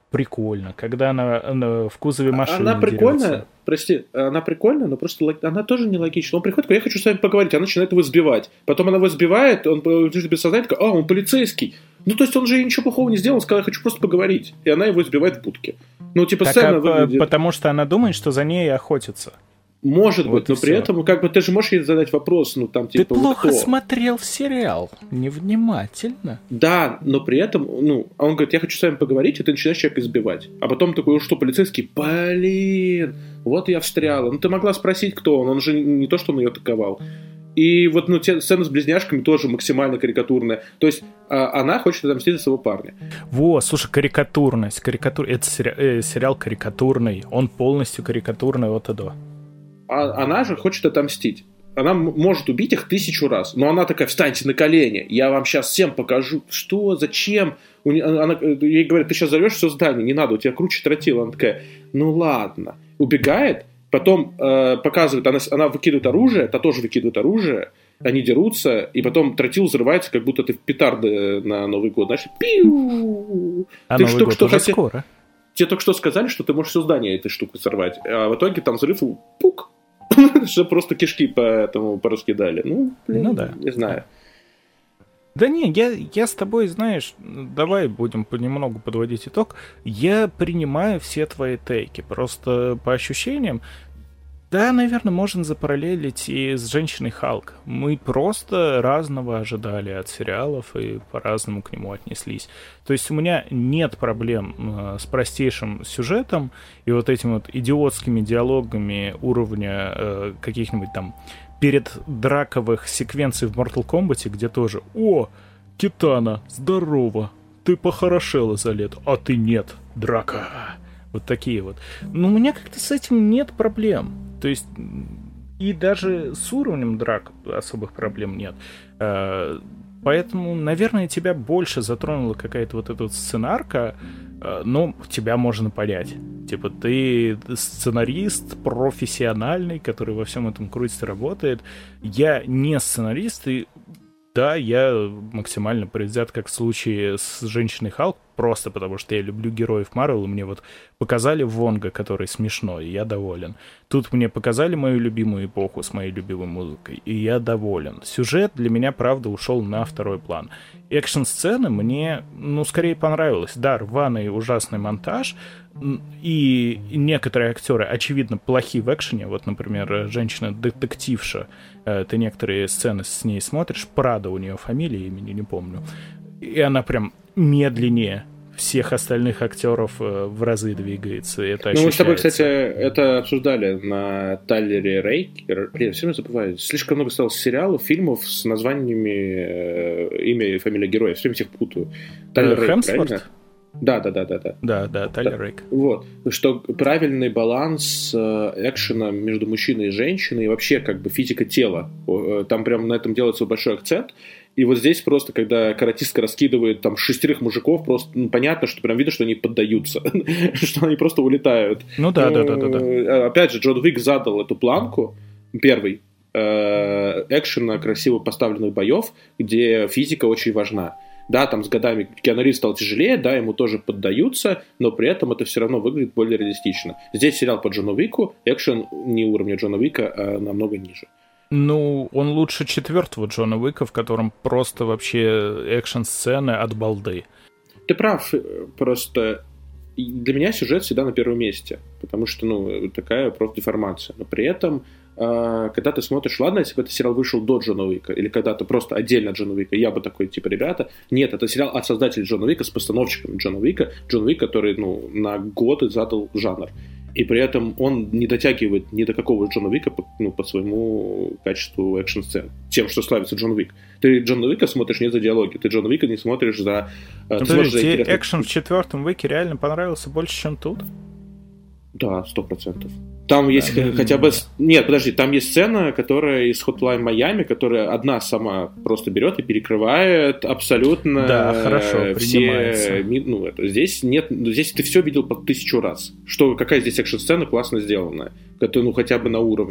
прикольно. Когда она в кузове машины Она прикольная, дерется. прости, она прикольная, но просто она тоже нелогична. Он приходит, я хочу с вами поговорить, она начинает его сбивать. Потом она его сбивает, он без сознания, такой, он полицейский. Ну, то есть он же ничего плохого не сделал, он сказал, я хочу просто поговорить. И она его избивает в будке. Ну, типа, Так, сцена выглядит... Потому что она думает, что за ней охотятся. Может вот быть, но при все. этом, как бы, ты же можешь ей задать вопрос, ну, там, типа, Ты плохо кто? смотрел сериал, невнимательно. Да, но при этом, ну, он говорит, я хочу с вами поговорить, и ты начинаешь человека избивать. А потом такой, что, полицейский? Блин, вот я встряла. Ну, ты могла спросить, кто он же не то, что он ее атаковал. И вот, ну, те сцены с близняшками тоже максимально карикатурная. То есть, она хочет отомстить за своего парня. Во, слушай, карикатурность. Это сериал карикатурный. Он полностью карикатурный от и до. Она же хочет отомстить. Она может убить их 1000 раз. Но она такая, встаньте на колени, я вам сейчас всем покажу. Что, зачем? Ей говорят, ты сейчас взорвешь все здание, не надо, у тебя круче тротила. Она такая, ну ладно. Убегает, потом показывает, она выкидывает оружие, та тоже выкидывает оружие, они дерутся, и потом тротил взрывается, как будто ты в петарды на Новый год. Знаешь, пиу! А ты Новый год уже скоро. Тебе только что сказали, что ты можешь все здание этой штукой сорвать. А в итоге там взрыв, пук! Что просто кишки пораскидали. Ну, блин, ну да. Не знаю. Да не, я с тобой, знаешь, давай будем понемногу подводить итог. Я принимаю все твои тейки. Просто по ощущениям, да, наверное, можно запараллелить и с «Женщиной Халк». Мы просто разного ожидали от сериалов и по-разному к нему отнеслись. То есть у меня нет проблем с простейшим сюжетом и вот этими вот идиотскими диалогами уровня каких-нибудь там переддраковых секвенций в Mortal Kombat, где тоже «О, Китана, здорово, ты похорошела за лет, а ты нет, драка». Вот такие вот. Но у меня как-то с этим нет проблем. То есть и даже с уровнем драк особых проблем нет. Поэтому, наверное, тебя больше затронула какая-то вот эта вот сценарка, но тебя можно понять. Типа, ты сценарист профессиональный, который во всем этом крутится, работает. Я не сценарист, и да, я максимально предвзят, как в случае с «Женщиной Халк», просто потому что я люблю героев Марвел, и мне вот показали Вонга, который смешной, и я доволен. Тут мне показали мою любимую эпоху с моей любимой музыкой, и я доволен. Сюжет для меня, правда, ушел на второй план. Экшн-сцены мне, скорее понравилось. Да, рваный ужасный монтаж, и некоторые актеры, очевидно, плохи в экшене. Вот, например, женщина-детективша. Ты некоторые сцены с ней смотришь, Прада у нее фамилия, имени не помню. И она прям медленнее всех остальных актеров в разы двигается. Это ощущается. Мы с тобой, кстати, это обсуждали на Тайлере Рейке. Блин, все время забываю. Слишком много стало сериалов, фильмов с названиями имя и фамилия героя. Все время всех путаю. Тайлер Рейк, правильно? Да, Тайлер Рейк. Вот. Что правильный баланс экшена между мужчиной и женщиной, и вообще как бы физика тела. Там прям на этом делается большой акцент. И вот здесь просто, когда каратистка раскидывает там 6 мужиков, просто понятно, что прям видно, что они поддаются, что они просто улетают. Да. Опять же, Джон Уик задал эту планку, первый, экшена красиво поставленных боев, где физика очень важна. Да, там с годами Киану Ривз стал тяжелее, да, ему тоже поддаются, но при этом это все равно выглядит более реалистично. Здесь сериал по Джону Уику, экшен не уровня Джона Уика, а намного ниже. Он лучше 4-го Джона Уика, в котором просто вообще экшн-сцены от балды. Ты прав, просто для меня сюжет всегда на первом месте, потому что, такая просто деформация. Но при этом, когда ты смотришь, ладно, если бы этот сериал вышел до Джона Уика, или когда-то просто отдельно от Джона Уика, я бы такой, типа, ребята, нет, это сериал от создателей Джона Уика с постановщиками Джона Уика, Джон Уик, который, на годы задал жанр. И при этом он не дотягивает ни до какого Джона Уика по своему качеству экшн-сцен. Тем, что славится Джон Уик. Ты Джона Уика смотришь не за диалоги, ты Джона Уика не смотришь за... Тебе экшн в 4-м Уике реально понравился больше, чем тут? Да, 100%. Там есть хотя бы... Нет, подожди, там есть сцена, которая из Hotline Miami, которая одна сама просто берет и перекрывает абсолютно хорошо, все... Здесь нет... Здесь ты все видел по 1000 раз. Какая здесь экшн-сцена классно сделанная. Хотя бы на уровне.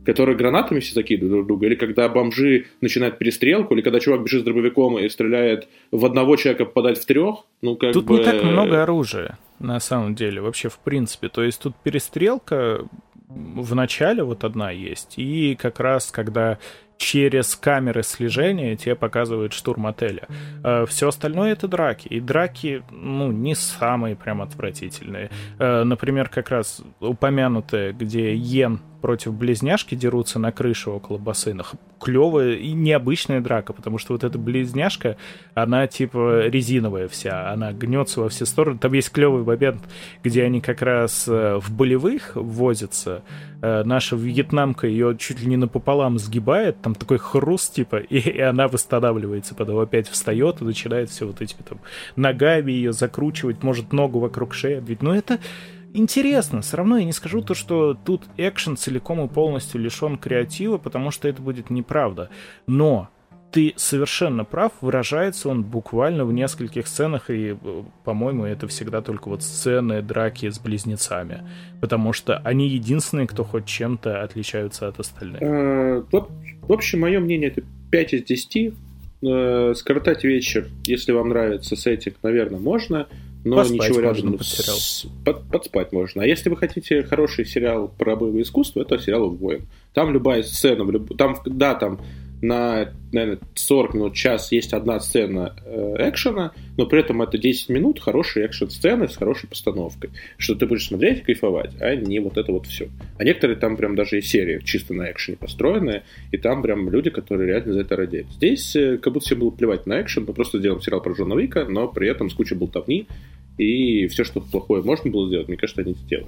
которые гранатами все закидывают друг друга, или когда бомжи начинают перестрелку, или когда чувак бежит с дробовиком и стреляет в одного человека, попадать в 3, ну как тут бы... не так много оружия, на самом деле, вообще в принципе. То есть тут перестрелка в начале вот одна есть, и как раз когда через камеры слежения тебе показывают штурм отеля. Все остальное — это драки. И драки, ну, не самые прям отвратительные. Например, как раз упомянутые, где Йен против близняшки дерутся на крыше около бассейна. Клевая и необычная драка, потому что вот эта близняшка, она типа резиновая вся, она гнется во все стороны. Там есть клевый момент, где они как раз в болевых возятся. Наша вьетнамка ее чуть ли не напополам сгибает, там такой хруст типа, и она восстанавливается, потом опять встает и начинает все вот эти там ногами ее закручивать, может ногу вокруг шеи обвить. Но это интересно. Все равно я не скажу то, что тут экшен целиком и полностью лишен креатива, потому что это будет неправда. Но ты совершенно прав, выражается он буквально в нескольких сценах, и, по-моему, это всегда только вот сцены драки с близнецами, потому что они единственные, кто хоть чем-то отличаются от остальных. В общем, мое мнение, это 5 из 10. Скоротать вечер, если вам нравится сеттинг, наверное, можно, но поспать ничего рядом подспать можно. А если вы хотите хороший сериал про боевое искусство, это сериал «Воин». Там любая сцена, там на, наверное, 40 минут, час есть одна сцена экшена, но при этом это 10 минут хорошей экшн-сцены с хорошей постановкой, что ты будешь смотреть и кайфовать, а не вот это вот все. А некоторые там прям даже и серии чисто на экшене построенные, и там прям люди, которые реально за это радеют. Здесь как будто всем было плевать на экшен, мы просто сделаем сериал про Джона Уика, но при этом с кучей болтовни, и все, что плохое можно было сделать, мне кажется, они сделали.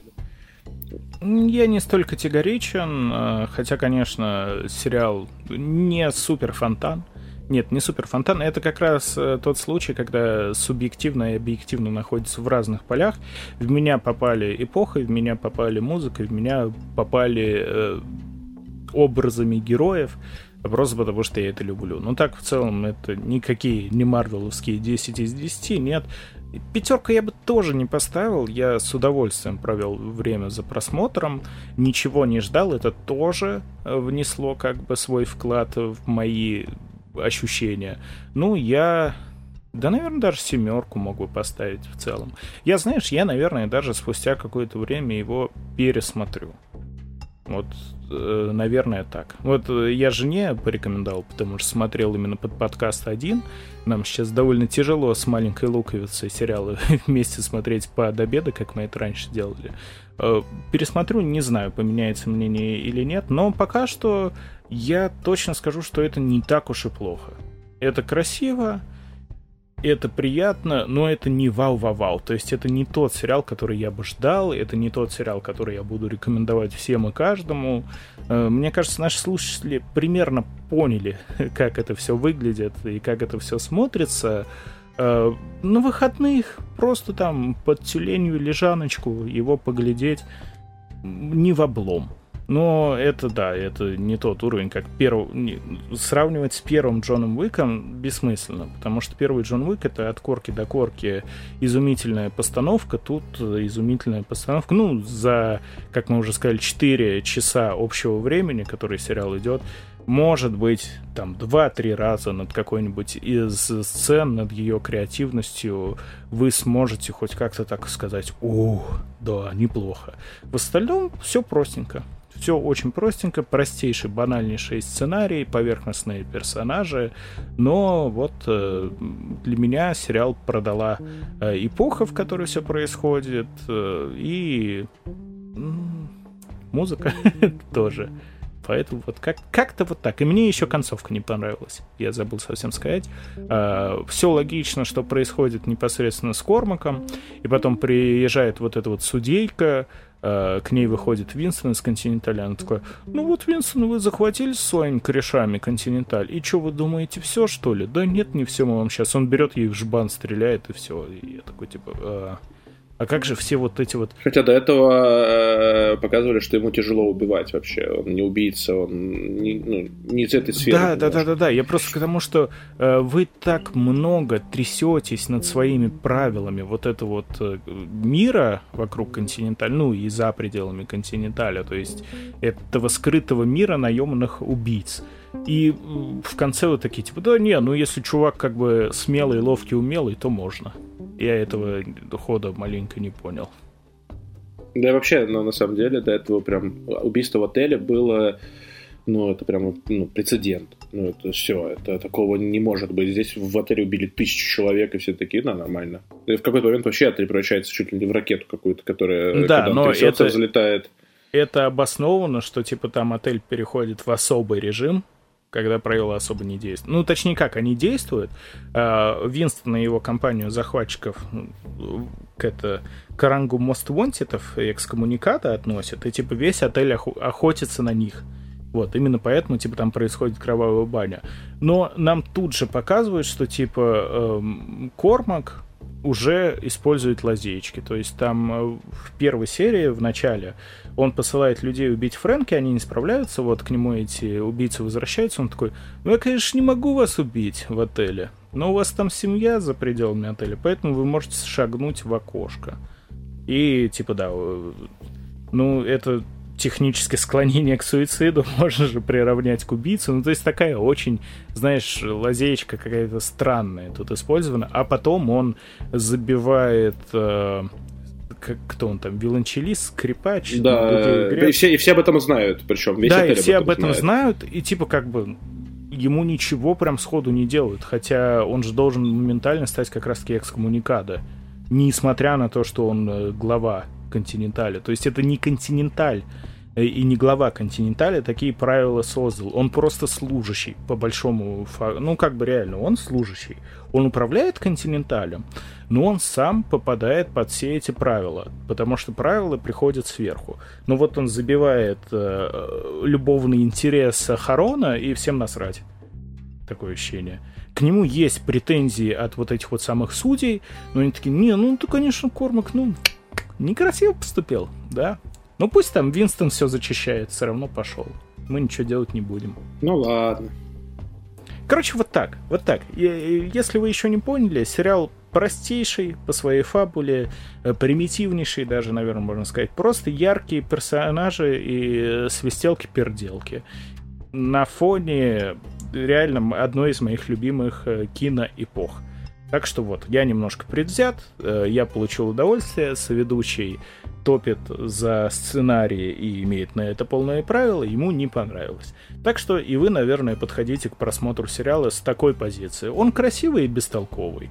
Я не столь категоричен, хотя, конечно, сериал не супер фонтан. Нет, не супер фонтан. Это как раз тот случай, когда субъективно и объективно находятся в разных полях. В меня попали эпоха, в меня попали музыка, в меня попали образами героев. Просто потому, что я это люблю. Но так, в целом, это никакие не марвеловские 10 из 10, нет. 5 я бы тоже не поставил. Я с удовольствием провел время за просмотром. Ничего не ждал. Это тоже внесло как бы свой вклад в мои ощущения. Ну, я... Да, наверное, даже 7 могу поставить в целом. Я, знаешь, наверное, даже спустя какое-то время его пересмотрю. Вот, наверное, так. Вот я жене порекомендовал, потому что смотрел именно под подкаст один. Нам сейчас довольно тяжело с маленькой луковицей сериалы вместе смотреть под обеда, как мы это раньше делали. Пересмотрю, не знаю, поменяется мнение или нет, но пока что я точно скажу, что это не так уж и плохо. Это красиво, это приятно, но это не вау-вау-вау. То есть это не тот сериал, который я бы ждал, это не тот сериал, который я буду рекомендовать всем и каждому. Мне кажется, наши слушатели примерно поняли, как это все выглядит и как это все смотрится. На выходных просто там под тюленью лежаночку его поглядеть не в облом. Но это, да, это не тот уровень, как сравнивать с первым Джоном Уиком бессмысленно, потому что первый Джон Уик — это от корки до корки изумительная постановка, тут изумительная постановка, ну, за, как мы уже сказали, 4 часа общего времени, который сериал идет, может быть, там, 2-3 раза над какой-нибудь из сцен, над ее креативностью вы сможете хоть как-то так сказать: «О, да, неплохо». В остальном все простенько. Все очень простенько, простейший, банальнейший сценарий, поверхностные персонажи, но вот для меня сериал продала эпоха, в которой все происходит, и музыка тоже. Поэтому вот как-то вот так. И мне еще концовка не понравилась. Я забыл совсем сказать. Все логично, что происходит непосредственно с Кормаком. И потом приезжает вот эта вот судейка. К ней выходит Винстон из Континенталя. Она такая: ну вот, Винстон, вы захватили своими корешами Континенталь. И что, вы думаете, все, что ли? Да нет, не все, мы вам сейчас. Он берет ей в жбан, стреляет, и все. И я такой, типа... А как же все вот эти вот... Хотя до этого показывали, что ему тяжело убивать вообще. Он не убийца, он не из этой сферы. Да. Я просто к тому, что вы так много трясетесь над своими правилами вот этого вот мира вокруг Континенталя, ну и за пределами Континенталя, то есть этого скрытого мира наемных убийц. И в конце вы такие, типа, да не, ну если чувак как бы смелый, ловкий, умелый, то можно. Я этого хода маленько не понял. Да и вообще, на самом деле, до этого прям убийство в отеле было, это прям, прецедент. Это все, это такого не может быть. Здесь в отеле убили 1000 человек, и все такие, нормально. И в какой-то момент вообще отель превращается чуть ли не в ракету какую-то, которая, да, когда он трясется, взлетает. Это обосновано, что, типа, там отель переходит в особый режим, когда правила особо не действуют. Ну, точнее, как они действуют. Винстон и его компанию захватчиков к рангу Most Wanted и экскоммуниката относят, и, типа, весь отель охотится на них. Вот, именно поэтому, типа, там происходит кровавая баня. Но нам тут же показывают, что, типа, Кормак уже использует лазеечки. То есть там в первой серии, в начале, он посылает людей убить Фрэнки, они не справляются, вот к нему эти убийцы возвращаются, он такой, я, конечно, не могу вас убить в отеле, но у вас там семья за пределами отеля, поэтому вы можете шагнуть в окошко. И, типа, да, это техническое склонение к суициду можно же приравнять к убийце. То есть такая очень, знаешь, лазеечка какая-то странная тут использована. А потом он забивает... кто он там? Виолончелист, скрипач? Да, и все об этом знают. Причем весь отель и все об этом знают. И типа как бы ему ничего прям сходу не делают. Хотя он же должен моментально стать как раз-таки экскоммуникадо. Несмотря на то, что он глава Континенталя. То есть это не Континенталь и не глава Континенталя такие правила создал. Он просто служащий, по большому факту. Ну, как бы реально, он служащий. Он управляет Континенталем, но он сам попадает под все эти правила, потому что правила приходят сверху. Но вот он забивает любовный интерес Харона, и всем насрать. Такое ощущение. К нему есть претензии от вот этих вот самых судей, но они такие, ты, конечно, Кормак, некрасиво поступил, да? Ну пусть там Винстон все зачищает, все равно пошел. Мы ничего делать не будем. Ну ладно. Короче, вот так. Если вы еще не поняли, сериал простейший по своей фабуле, примитивнейший даже, наверное, можно сказать. Просто яркие персонажи и свистелки-перделки. На фоне реально одной из моих любимых киноэпох. Так что вот, я немножко предвзят, я получил удовольствие, соведущий топит за сценарий и имеет на это полное правило, ему не понравилось. Так что и вы, наверное, подходите к просмотру сериала с такой позиции. Он красивый и бестолковый.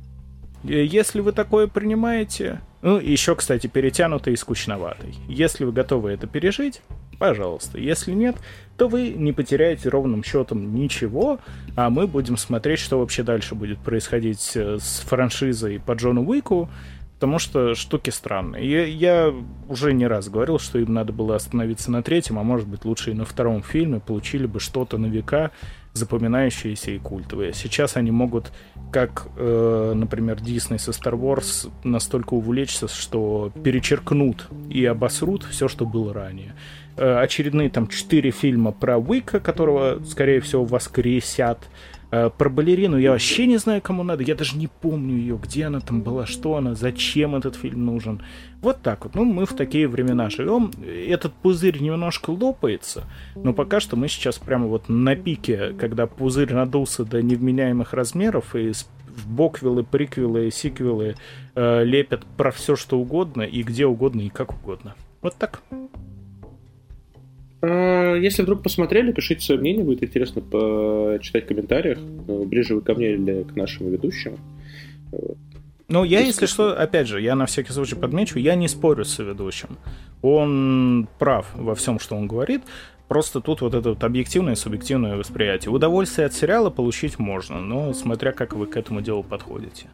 Если вы такое принимаете... еще, кстати, перетянутый и скучноватый. Если вы готовы это пережить, пожалуйста. Если нет, то вы не потеряете ровным счетом ничего, а мы будем смотреть, что вообще дальше будет происходить с франшизой по Джону Уику, потому что штуки странные. Я уже не раз говорил, что им надо было остановиться на 3-м, а может быть лучше и на 2-м фильме, получили бы что-то на века запоминающиеся и культовые. Сейчас они могут, как, например, Disney со Star Wars, настолько увлечься, что перечеркнут и обосрут все, что было ранее. Очередные там 4 фильма про Уика, которого, скорее всего, воскресят. Про балерину я вообще не знаю, кому надо. Я даже не помню ее, где она там была, что она, зачем этот фильм нужен. Вот так вот. Мы в такие времена живем. Этот пузырь немножко лопается, но пока что мы сейчас прямо вот на пике, когда пузырь надулся до невменяемых размеров, и в боквилы, приквелы, сиквелы лепят про все, что угодно, и где угодно, и как угодно. Вот так. Если вдруг посмотрели, пишите свое мнение, будет интересно почитать в комментариях. Ближе вы ко мне или к нашему ведущему. Если что, опять же, я на всякий случай подмечу, я не спорю с ведущим. Он прав во всем, что он говорит. Просто тут вот это вот объективное и субъективное восприятие. Удовольствие от сериала получить можно, но смотря как вы к этому делу подходите.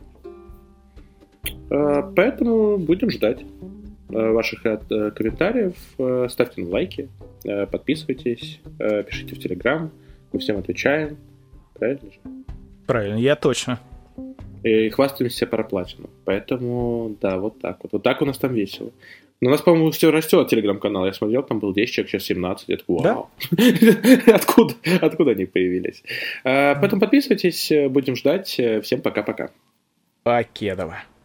Поэтому будем ждать ваших комментариев, ставьте нам лайки, подписывайтесь, пишите в Телеграм, мы всем отвечаем. Правильно же? Правильно, я точно. И хвастаемся проплаченным. Поэтому, да, вот так вот. Вот так у нас там весело. Но у нас, по-моему, все растет телеграм-канал. Я смотрел, там был 10 человек, сейчас 17. Я такой, вау. Да? Откуда они появились? Поэтому подписывайтесь, будем ждать. Всем пока-пока. Покедова.